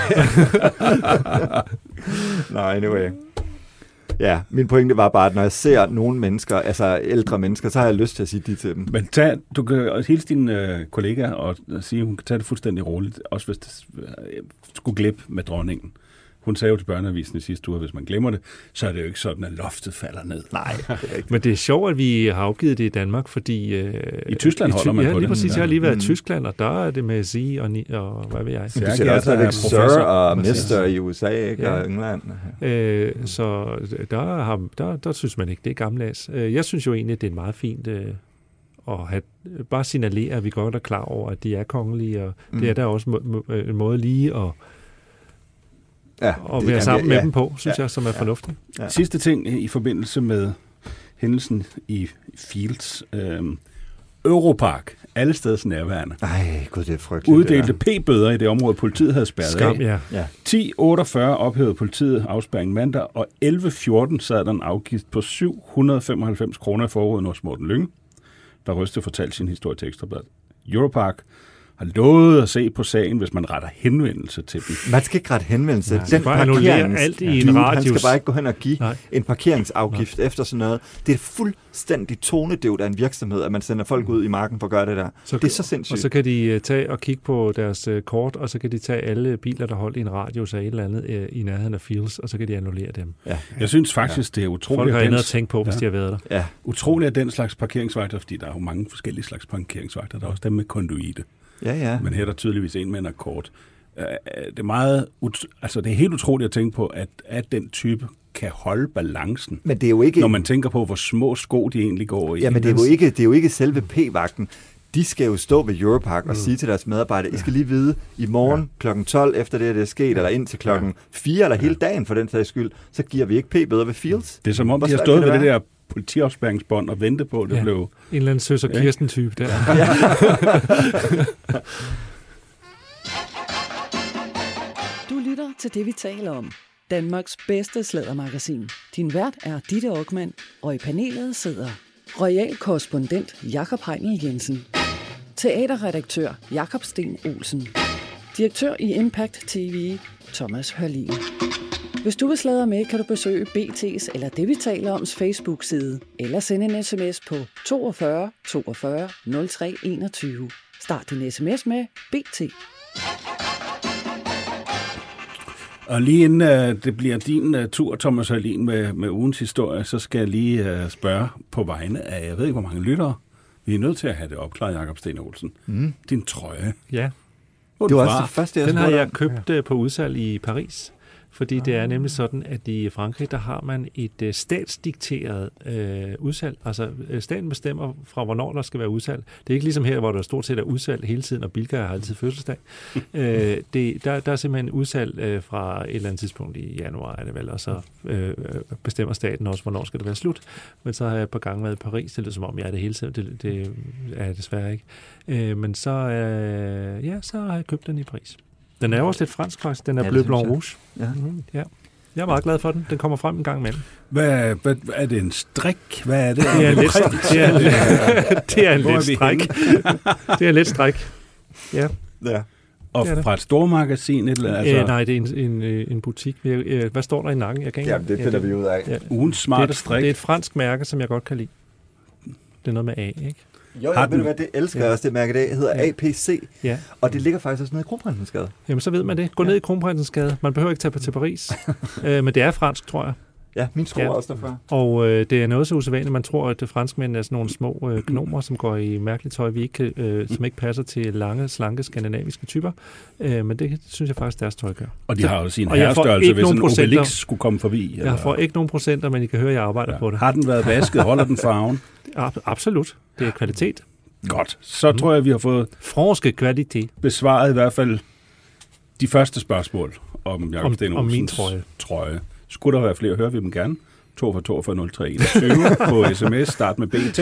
Nej, anyway. Ja, min pointe var bare, at når jeg ser nogle mennesker, altså ældre mennesker, så har jeg lyst til at sige de til dem. Men tag, du kan også hilse dine øh, kollegaer og sige, at hun kan tage det fuldstændig roligt, også hvis det øh, skulle glippe med dronningen. Hun sagde jo til Børneavisen i sidste uge, at hvis man glemmer det, så er det jo ikke sådan, at loftet falder ned. Nej, det er ikke. Men det er sjovt, at vi har afgivet det i Danmark, fordi... Øh, I Tyskland holder man ja, på det. Ja, lige præcis. Ja. Jeg har lige været mm. i Tyskland, og der er det med at sige, og, og hvad ved jeg. Du siger også, at det er Sir og mister i U S A, ikke? Ja. Og England. Øh, så der, har, der, der synes man ikke, det er gammeldags. Jeg synes jo egentlig, at det er meget fint... Øh, og have, bare signalere, at vi godt er klar over, at de er kongelige, og mm. det er der også må, må, en måde lige at... Ja, og være sammen ja, med dem på, synes ja, jeg, som er ja, fornuftigt. Ja. Sidste ting i forbindelse med hændelsen i Fields. Øh, Europark, alle steds nærværende. Ej, gud, det er frygteligt. Uddelte p-bøder i det område, politiet havde spærret Skam, af. Ja. Ja. ti otteogfyrre ophævede politiet afspærringen mandag, og elleve fjorten sad der en afgift på syv hundrede og femoghalvfems kroner i forråden hos Morten Lynge, der rystede fortalte sin historie til Ekstrabladet. Europark har lovet at se på sagen, hvis man retter henvendelse til dem. Man skal ikke rette henvendelse. Nej, den parkerings... alt i en radius. Han skal bare ikke gå hen og give Nej. en parkeringsafgift Nej. efter sådan noget. Det er fuldstændig tonedøvt af en virksomhed, at man sender folk ud i marken for at gøre det der. Så, det er så sindssygt. Og så kan de tage og kigge på deres kort, og så kan de tage alle biler, der holdt i en radius af et eller andet i nærheden af Fields, og så kan de annullere dem. Ja. Jeg synes faktisk, ja. det er utroligt. Folk har andet at tænke på, hvis ja. de har været der. Ja. Utroligt af den slags parkeringsvagter, fordi der er jo mange forskellige slags parkeringsvagter. Der er også dem med konduite. Ja, ja. Men her er der tydeligvis en med en akkord. Det er meget, altså det er helt utroligt at tænke på, at, at den type kan holde balancen. Men det er jo ikke... Når man tænker på, hvor små sko de egentlig går i. Ja, men det er jo ikke, det er jo ikke selve p-vagten. de skal jo stå ved Europark og mm. sige til deres medarbejdere, I skal lige vide, i morgen ja. klokken tolv, efter det, det er sket, eller ind til klokken fire, eller hele dagen for den sags skyld, så giver vi ikke p-bøder ved Fields. Det er som om, de har stået ved det der politiafspæringsbånd og vente på, at det ja. blev... En eller anden Søs og Kirsten-type der. Ja. Du lytter til det, vi taler om. Danmarks bedste sladdermagasin. Din vært er Ditte Okman, og i panelet sidder royal korrespondent Jakob Heinel Jensen, teaterredaktør Jakob Sten Olsen, direktør i Impact T V Thomas Hørlin. Hvis du vil sladre med, kan du besøge B T's eller det, vi taler oms Facebook-side, eller sende en sms på toogfyrre toogfyrre nul tre enogtyve. Start din sms med B T. Og lige inden uh, det bliver din uh, tur, Thomas Hørlin, med, med ugens historie, så skal jeg lige uh, spørge på vegne af, jeg ved ikke, hvor mange lyttere. Vi er nødt til at have det opklaret, Jakob Sten Olsen. Mm. Din trøje. Ja. Det var også det første, jeg Den har jeg købt ja. på udsalg i Paris. Fordi det er nemlig sådan, at i Frankrig, der har man et øh, statsdikteret øh, udsalg. Altså, øh, staten bestemmer fra, hvornår der skal være udsalg. Det er ikke ligesom her, hvor der stort set er udsalg hele tiden, og Bilka har altid fødselsdag. øh, det, der, der er simpelthen udsalg øh, fra et eller andet tidspunkt i januar, er det vel, og så øh, bestemmer staten også, hvornår skal det være slut. Men så har jeg et par gange været i Paris, det er som om, jeg er det hele tiden. Det, det er jeg desværre ikke. Øh, men så, øh, ja, så har jeg købt den i Paris. Den er jo også lidt fransk, faktisk. Den er ja, Bleu Blanc Rouge. Ja. Mm-hmm. Ja. Jeg er meget glad for den. Den kommer frem en gang imellem. Hvad, hvad er det, en strik? Hvad er det? Det er, lidt, det er, det er en lidt strik. Det er en lidt strik. Ja. ja. Og det det. Fra et stormagasin? Eller, altså... Æ, nej, det er en, en, en butik. Hvad står der i nakken? Jeg kan ikke... Ja, det finder vi ud af. Ja. Ugens smarte strik. Det er et fransk mærke, som jeg godt kan lide. Det er noget med A, ikke? Jo, jeg ved du hvad, det elsker jeg ja. også, det mærke det hedder ja. A P C, ja. og det ligger faktisk også nede i Kronprinsensgade. Jamen, så ved man det. Gå ned ja. i Kronprinsensgade. Man behøver ikke tage til Paris, øh, men det er fransk, tror jeg. Ja, min tror ja. også derfra. Og øh, det er noget så usædvanligt. Man tror, at franskmænd er sådan nogle små øh, gnomer, som går i mærkeligt tøj, vi ikke, øh, som ikke passer til lange, slanke, skandinaviske typer. Øh, men det synes jeg faktisk, deres tøj gør. Og de har jo sin herrestørrelse, hvis en Obelix skulle komme forbi. Eller? Jeg får ikke nogen procenter, men I kan høre, at jeg arbejder ja. på det. Har den været vasket? Holder den farven? Absolut. Det er kvalitet. Godt. Så mm. tror jeg, vi har fået franske kvalitet besvaret i hvert fald de første spørgsmål om Jakob Sten Olsens min trøje. trøje. Skulle der være flere, hører vi dem gerne. to for to for nul tre enogtyve på sms. Start med B T.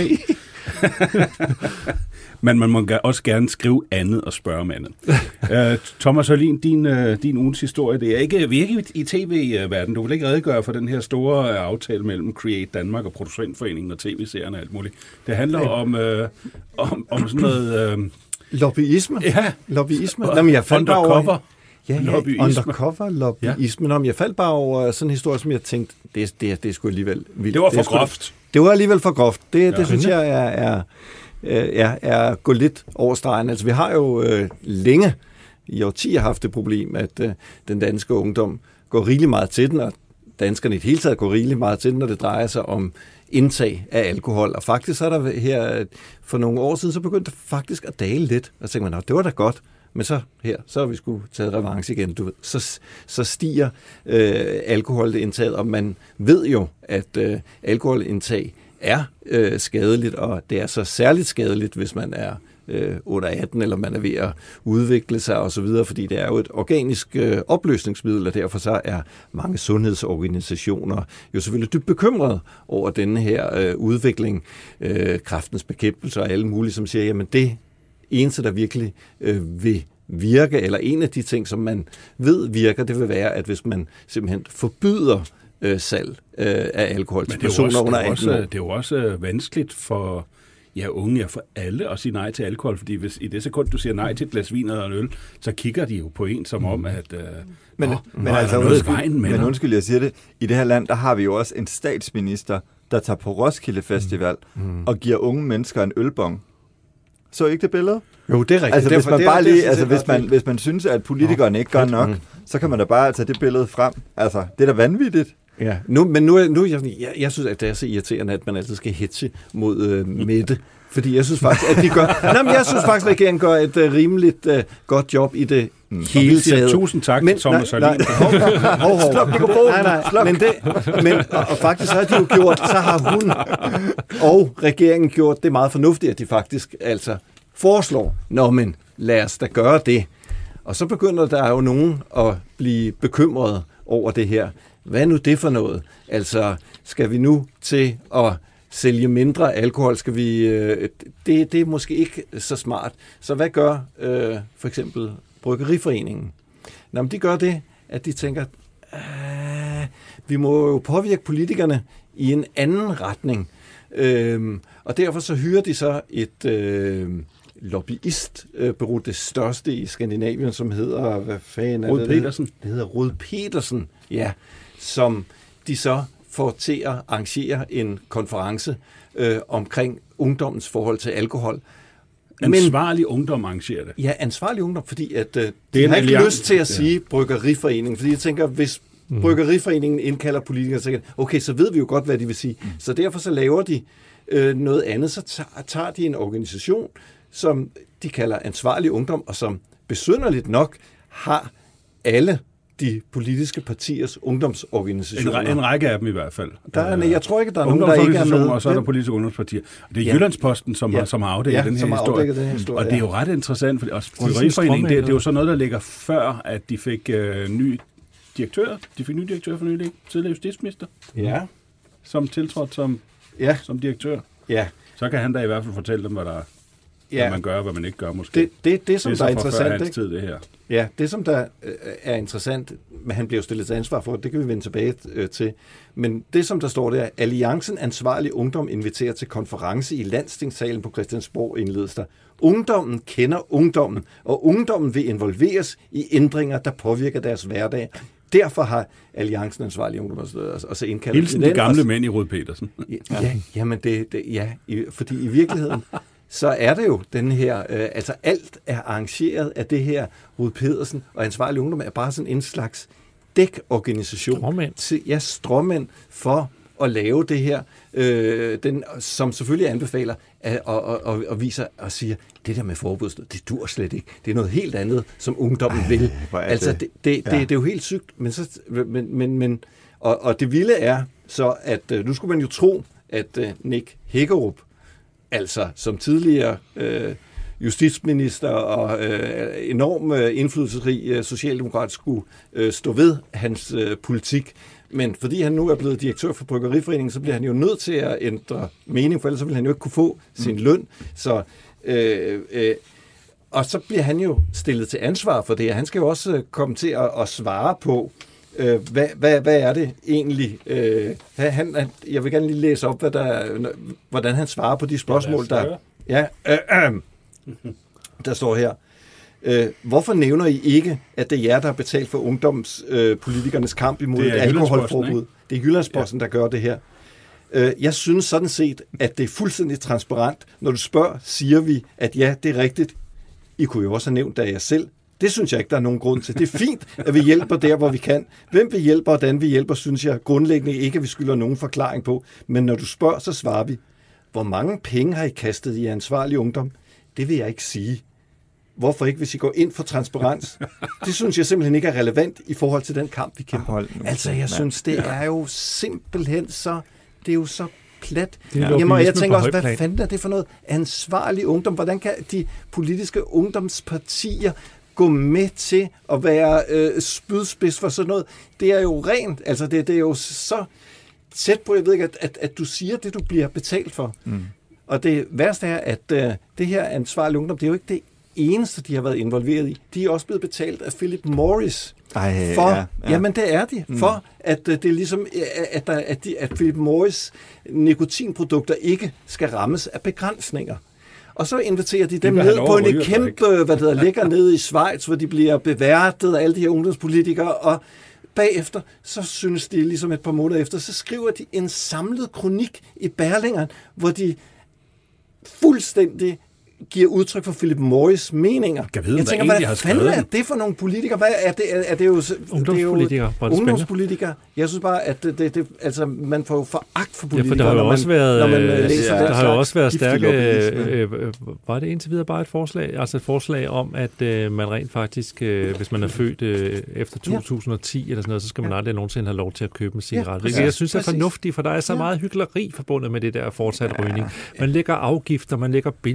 Men man må også gerne skrive andet og spørge om andet. uh, Thomas Hørlin, din, uh, din ugens historie, det er ikke, vi er ikke i tv-verden. Du vil ikke redegøre for den her store aftale mellem Create Danmark og Producentforeningen og tv-serierne og alt muligt. Det handler ja. om, uh, om, om sådan noget... Uh, lobbyisme? Ja. Lobbyisme. Nå, men jeg fandt undercover. Ja, ja, undercover lobbyisme. Ja. Nå, men jeg faldt bare over sådan en historie, som jeg tænkte, det, det, det er sgu alligevel vildt. Det var for det groft. Det var alligevel for groft. Det, ja. det synes jeg er... er Er, er gået lidt over stregen. Altså, vi har jo øh, længe i årtier haft det problem, at øh, den danske ungdom går rigeligt meget til den, og danskerne i det hele taget går rigeligt meget til den, når det drejer sig om indtag af alkohol. Og faktisk så er der her for nogle år siden, så begyndte det faktisk at dale lidt. Og så tænkte man, det var da godt. Men så her, så har vi sgu taget revanche igen. Du ved. Så, så stiger øh, alkoholindtaget, og man ved jo, at øh, alkoholindtag er øh, skadeligt, og det er så særligt skadeligt, hvis man er øh, under atten, eller man er ved at udvikle sig osv., fordi det er jo et organisk øh, opløsningsmiddel, og derfor så er mange sundhedsorganisationer jo selvfølgelig dybt bekymrede over denne her øh, udvikling, øh, kræftens bekæmpelse og alle mulige, som siger, jamen det eneste, der virkelig øh, vil virke, eller en af de ting, som man ved virker, det vil være, at hvis man simpelthen forbyder øh, salg øh, af alkohol til personer under atten år. Det er jo også vanskeligt for ja, unge, ja, for alle at sige nej til alkohol, fordi hvis i det sekund, du siger nej til et glas vin eller en øl, så kigger de jo på en som om, at øh, men, åh, men, altså, undskyld, men undskyld, jeg siger det, i det her land, der har vi jo også en statsminister, der tager på Roskilde Festival mm. Mm. og giver unge mennesker en ølbong. Så ikke det billede? Jo, det er rigtigt. Altså, hvis derfor, man det, bare det, lige, det, altså, det, hvis man, det. hvis man synes, at politikerne ikke gør nok, mm. så kan man da bare tage det billede frem. Altså, det er da vanvittigt. Ja. Nu, men nu, nu jeg, jeg, jeg synes, at det er så irriterende, at man altid skal hetche mod øh, Mette. Fordi jeg synes faktisk, at de gør... nej, men jeg synes faktisk, at regeringen gør et uh, rimeligt uh, godt job i det mm. hele taget. Tusind tak men, til Thomas Hørlin. Slap mikrofonen. Nej, nej, Slap. Men, det, men og, og faktisk har de jo gjort, så har hun og regeringen gjort det meget fornuftigt, at de faktisk altså foreslår, nå men lad os da gøre det. Og så begynder der jo nogen at blive bekymrede over det her. Hvad er nu det for noget? Altså, skal vi nu til at sælge mindre alkohol? Skal vi, øh, det, det er måske ikke så smart. Så hvad gør øh, for eksempel Bryggeriforeningen? Nå, men de gør det, at de tænker, øh, vi må jo påvirke politikerne i en anden retning. Øh, og derfor så hyrer de så et øh, lobbyistbureau, det største i Skandinavien, som hedder, hvad fanden er Rud det? Petersen. Det hedder Rud Petersen, ja, som de så får til at arrangere en konference øh, omkring ungdommens forhold til alkohol. Ansvarlig Men, ungdom arrangerer det. Ja, ansvarlig ungdom, fordi at, øh, det de har ikke alliance. lyst til at sige ja. Bryggeriforeningen, fordi jeg tænker, hvis mm. Bryggeriforeningen indkalder politikere, så okay, så ved vi jo godt, hvad de vil sige. Mm. Så derfor så laver de øh, noget andet, så tager, tager de en organisation, som de kalder ansvarlig ungdom, og som besynderligt nok har alle de politiske partiers ungdomsorganisationer. En, en række af dem i hvert fald. Der er, jeg tror ikke, der er nogen, der ikke er med. Og så er der politiske ungdomspartier. Og det er ja. Jyllandsposten, som, ja. har, som har afdækket, ja, den, her historie. den her historie. Og det er jo ret interessant, for Bryggeriforeningen, det, det er jo så noget, der ligger før, at de fik øh, ny direktør. De fik ny direktør for nylig, tidligere justitsminister. Ja. Som tiltrådt som, ja. som direktør. Ja. Så kan han da i hvert fald fortælle dem, hvad der er. Ja. Hvad man gør, hvad man ikke gør, måske. Det, det, det som det er der er interessant, ikke? Tid, det her. Ja, det som der er interessant, men han bliver jo stillet til ansvar for, det kan vi vende tilbage øh, til. Men det som der står der, Alliancen Ansvarlig Ungdom inviterer til konference i Landstingssalen på Christiansborg indledes der. Ungdommen kender ungdommen, og ungdommen vil involveres i ændringer, der påvirker deres hverdag. Derfor har Alliancen Ansvarlig Ungdom også indkaldt. Hilsen de gamle mænd i Rud Petersen. Ja, ja, jamen det, det ja, i, fordi i virkeligheden så er det jo den her, øh, altså alt er arrangeret af det her Rud Pedersen, og Ansvarlig Ungdom er bare sådan en slags dækorganisation. Stråmænd. Til, ja, stråmænd for at lave det her, øh, den, som selvfølgelig anbefaler at, og, og, og, og viser og siger, det der med forbud, det dur slet ikke. Det er noget helt andet, som ungdommen Ej, vil. Altså, det, det, det, ja. det, det er jo helt sygt, men, så, men, men, men og, og det vilde er så, at øh, nu skulle man jo tro, at øh, Nick Hækkerup, altså som tidligere øh, justitsminister og øh, enorm øh, indflydelsesrig øh, socialdemokrat skulle øh, stå ved hans øh, politik. Men fordi han nu er blevet direktør for Bryggeriforeningen, så bliver han jo nødt til at ændre mening, for ellers så vil han jo ikke kunne få sin løn. Så, øh, øh, og så bliver han jo stillet til ansvar for det, og han skal jo også komme til at, at svare på, Øh, hvad, hvad, hvad er det egentlig? Øh, han, han, jeg vil gerne lige læse op, hvad der, hvordan han svarer på de spørgsmål, der, ja, øh, øh, der står her. Øh, hvorfor nævner I ikke, at det er jer, der har betalt for ungdomspolitikernes øh, kamp imod et alkoholforbud? Det er Jyllandsposten, ja. der gør det her. Øh, jeg synes sådan set, at det er fuldstændig transparent. Når du spørger, siger vi, at ja, det er rigtigt. I kunne jo også have nævnt, at jeg selv. Det synes jeg ikke, der er nogen grund til. Det er fint, at vi hjælper der, hvor vi kan. Hvem vi hjælper, og hvordan vi hjælper, synes jeg grundlæggende ikke, at vi skylder nogen forklaring på. Men når du spørger, så svarer vi. Hvor mange penge har I kastet i Ansvarlig Ungdom? Det vil jeg ikke sige. Hvorfor ikke, hvis I går ind for transparens? Det synes jeg simpelthen ikke er relevant i forhold til den kamp, vi kæmper. Altså, jeg synes, det er jo simpelthen så... Det er jo så plat. Jamen, og jeg tænker også, hvad fanden er det for noget? Ansvarlig Ungdom. Hvordan kan de politiske ungdomspartier gå med til at være øh, spydspids for sådan noget? Det er jo rent, altså det, det er jo så tæt på, jeg ved ikke, at, at, at du siger det, du bliver betalt for. Mm. Og det værste er, at øh, det her Ansvarlig Ungdom, det er jo ikke det eneste, de har været involveret i. De er også blevet betalt af Philip Morris. Ej, for, ja, ja. Jamen det er de, mm. for at det er ligesom, at, der, at, de, at Philip Morris nikotinprodukter ikke skal rammes af begrænsninger. Og så inviterer de dem de ned på en kæmpe, hvad der ligger nede i Schweiz, hvor de bliver beværtet af alle de her ungdomspolitikere, og bagefter, så synes de ligesom et par måneder efter, så skriver de en samlet kronik i Berlingeren, hvor de fuldstændig giver udtryk for Philip Morris meninger. Jeg, vide, jeg tænker, hvad, hvad fanden er det for nogle politikere? Hvad er det? Er, er det jo ungdomspolitikere? Det er jo ungdomspolitikere. Jeg synes bare, at det, det, det, altså, man får jo foragt for politikere, ja, for der har jo også været, når man, når man øh, læser ja, der. Der har jo også været stærke... Øh, øh, var det indtil videre bare et forslag? Altså et forslag om, at øh, man rent faktisk, øh, hvis man er født øh, efter to tusind og ti eller sådan noget, så skal man aldrig nogensinde have lov til at købe en cigaret. Ja, jeg synes, det er fornuftigt, for der er så meget hykleri forbundet med det der fortsat rygning. Man lægger afgifter, man lægger billeder på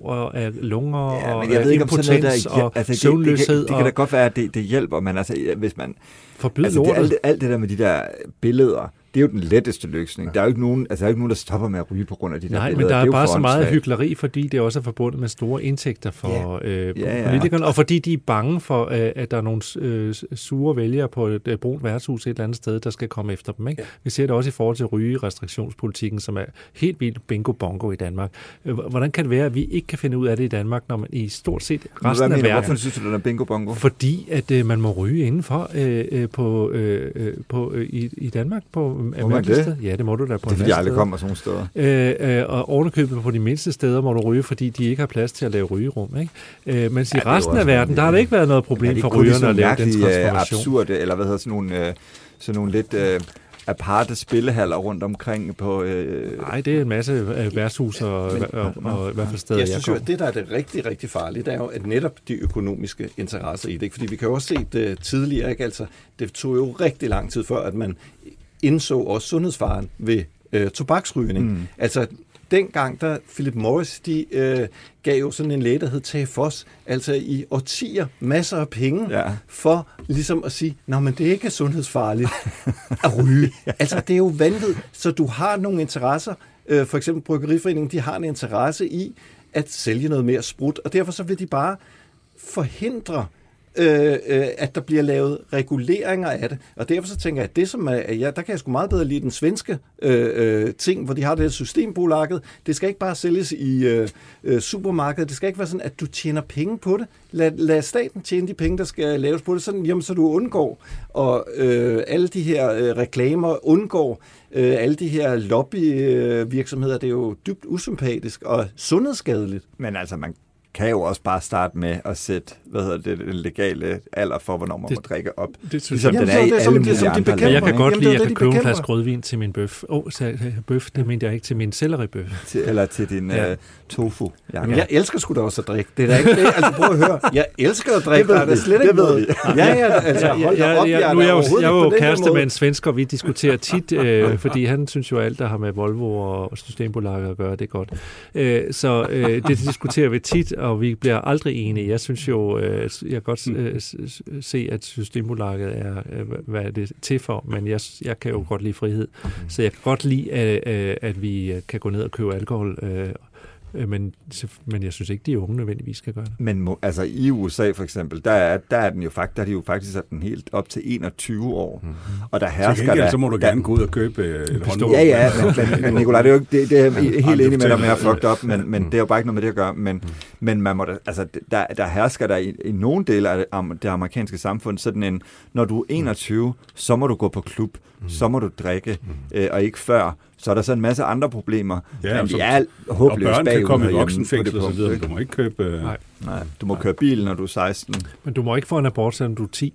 og af lunger ja, og men jeg ved ikke, om sådan noget, der, og altså, søvnløshed. Det, det, det, det kan da godt være, at det, det hjælper, men altså, hvis man... Forbyde altså, lortet. Det, alt, alt det der med de der billeder, det er jo den letteste løsning. Ja. Der er jo ikke nogen, altså, der er ikke nogen, der stopper med at ryge på grund af de der Nej, billeder. Nej, men der er, er bare så meget svagt. hykleri, fordi det også er forbundet med store indtægter for ja. Øh, ja, ja. politikerne, og fordi de er bange for, øh, at der er nogle øh, sure vælgere på et øh, brunt værtshus et eller andet sted, der skal komme efter dem. Ikke? Ja. Vi ser det også i forhold til rygerestriktionspolitikken, som er helt vildt bingo-bongo i Danmark. Hvordan kan det være, at vi ikke kan finde ud af det i Danmark, når man i stort set resten af verden... Hvorfor synes du, det er bingo-bongo? Fordi at øh, man må ryge indenfor øh, på, øh, på, øh, i, i Danmark på almindelige. Ja, det må du da på. Det er fordi, jeg aldrig kommer sådan nogle steder. Øh, øh, og ovenikøbet på de mindste steder må du ryge, fordi de ikke har plads til at lave rygerum. Ikke? Øh, mens ja, i resten af verden, der har det ikke været noget problem for rygerne at lave den transformation. Absurde, eller hvad hedder sådan nogle, øh, sådan nogle lidt... Øh, aparte spillehaller rundt omkring på... Øh... Nej, det er en masse øh, værtshus og, men, og, og, og i hvert fald steder, jeg synes jeg jo, at det, der er det rigtig, rigtig farlige, det er jo, at netop de økonomiske interesser i det. Ikke? Fordi vi kan jo også se det tidligere, ikke? Altså, det tog jo rigtig lang tid før, at man indså også sundhedsfaren ved øh, tobaksrygning. Mm. Altså, dengang, der Philip Morris, de øh, gav jo sådan en læge, der hed Tage Foss, altså i årtier masser af penge, ja. For ligesom at sige, nå, men det er ikke sundhedsfarligt at ryge. Ja. Altså, det er jo vanvittigt. Så du har nogle interesser, øh, for eksempel Bryggeriforeningen, de har en interesse i at sælge noget mere sprut, og derfor så vil de bare forhindre Øh, øh, at der bliver lavet reguleringer af det. Og derfor så tænker jeg, at det som er, ja, der kan jeg sgu meget bedre lide den svenske øh, øh, ting, hvor de har det her systembolaget. Det skal ikke bare sælges i øh, øh, supermarkedet. Det skal ikke være sådan, at du tjener penge på det. Lad, lad staten tjene de penge, der skal laves på det, sådan, jamen, så du undgår. Og øh, alle de her øh, reklamer undgår øh, alle de her lobbyvirksomheder. Øh, det er jo dybt usympatisk og sundhedsskadeligt. Men altså, man kan jo også bare starte med at sætte, hvad hedder det, den legale alder for, hvornår man det, må drikke op. Det synes jeg, jamen, den er det, i som, alle det, som de bekæmper. Jeg kan godt jamen, lide, at jeg kan købe en flaske rødvin til min bøf. Åh, oh, bøf, det mente jeg ikke til min selleribøf. Til, eller til din ja. uh, tofu. Jamen, jeg elsker sgu da også at drikke. Det er da ikke det. Altså, prøv at høre. Jeg elsker at drikke. Det, det er slet ikke noget. Ja, ja, altså, hold da op. Jeg, nu er jeg jo, jeg er jo kæreste med en svensker, og vi diskuterer tit, øh, fordi han synes jo alt, der har med Volvo og Systembolaget at gøre, det er godt. Øh, så øh, det diskuterer vi tit, og vi bliver aldrig enige. Jeg synes jo, øh, jeg kan godt øh, se, at Systembolaget er, øh, hvad er det til for, men jeg, jeg kan jo godt lide frihed. Så jeg kan godt lide, at, at vi kan gå ned og købe alkohol, øh, Men, men jeg synes ikke, de unge nødvendigvis skal gøre det. Men må, altså i U S A for eksempel, der er, der er den jo faktisk, der er de jo faktisk sat den helt op til enogtyve år. Mm-hmm. Og der hersker så, der... så må du gerne gå ud og købe et håndvåben. Ja, ja, men, men Nicolaj, det er jo ikke, det, det er jeg helt enig med dig med at fucked op, men, men det er jo bare ikke noget med det at gøre. Men, men man må da, altså, der, der hersker der i, i nogle dele af det, det amerikanske samfund sådan en, når du er enogtyve, så må du gå på klub, så må du drikke, øh, og ikke før. Så er der så en masse andre problemer, ja, men de er håbløst bagud. Og børn kan komme i voksenfængsel og så videre, du må ikke købe... Nej, Nej du må Nej. køre bil, når du er seksten. Men du må ikke få en abort, selvom du er ti.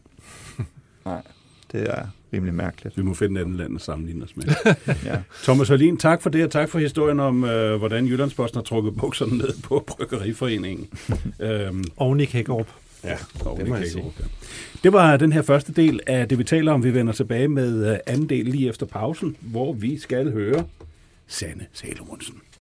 Nej, det er rimelig mærkeligt. Vi må finde et andet land at sammenligne os med. ja. Thomas Hørlin, tak for det, og tak for historien om, øh, hvordan Jyllandsposten har trukket bukserne ned på Bryggeriforeningen. øhm. Og Nick Hækkerup. Ja, og det, Nick Hækkerup, ja. Det var den her første del af det, vi taler om. Vi vender tilbage med anden del lige efter pausen, hvor vi skal høre Sanne Salomonsen.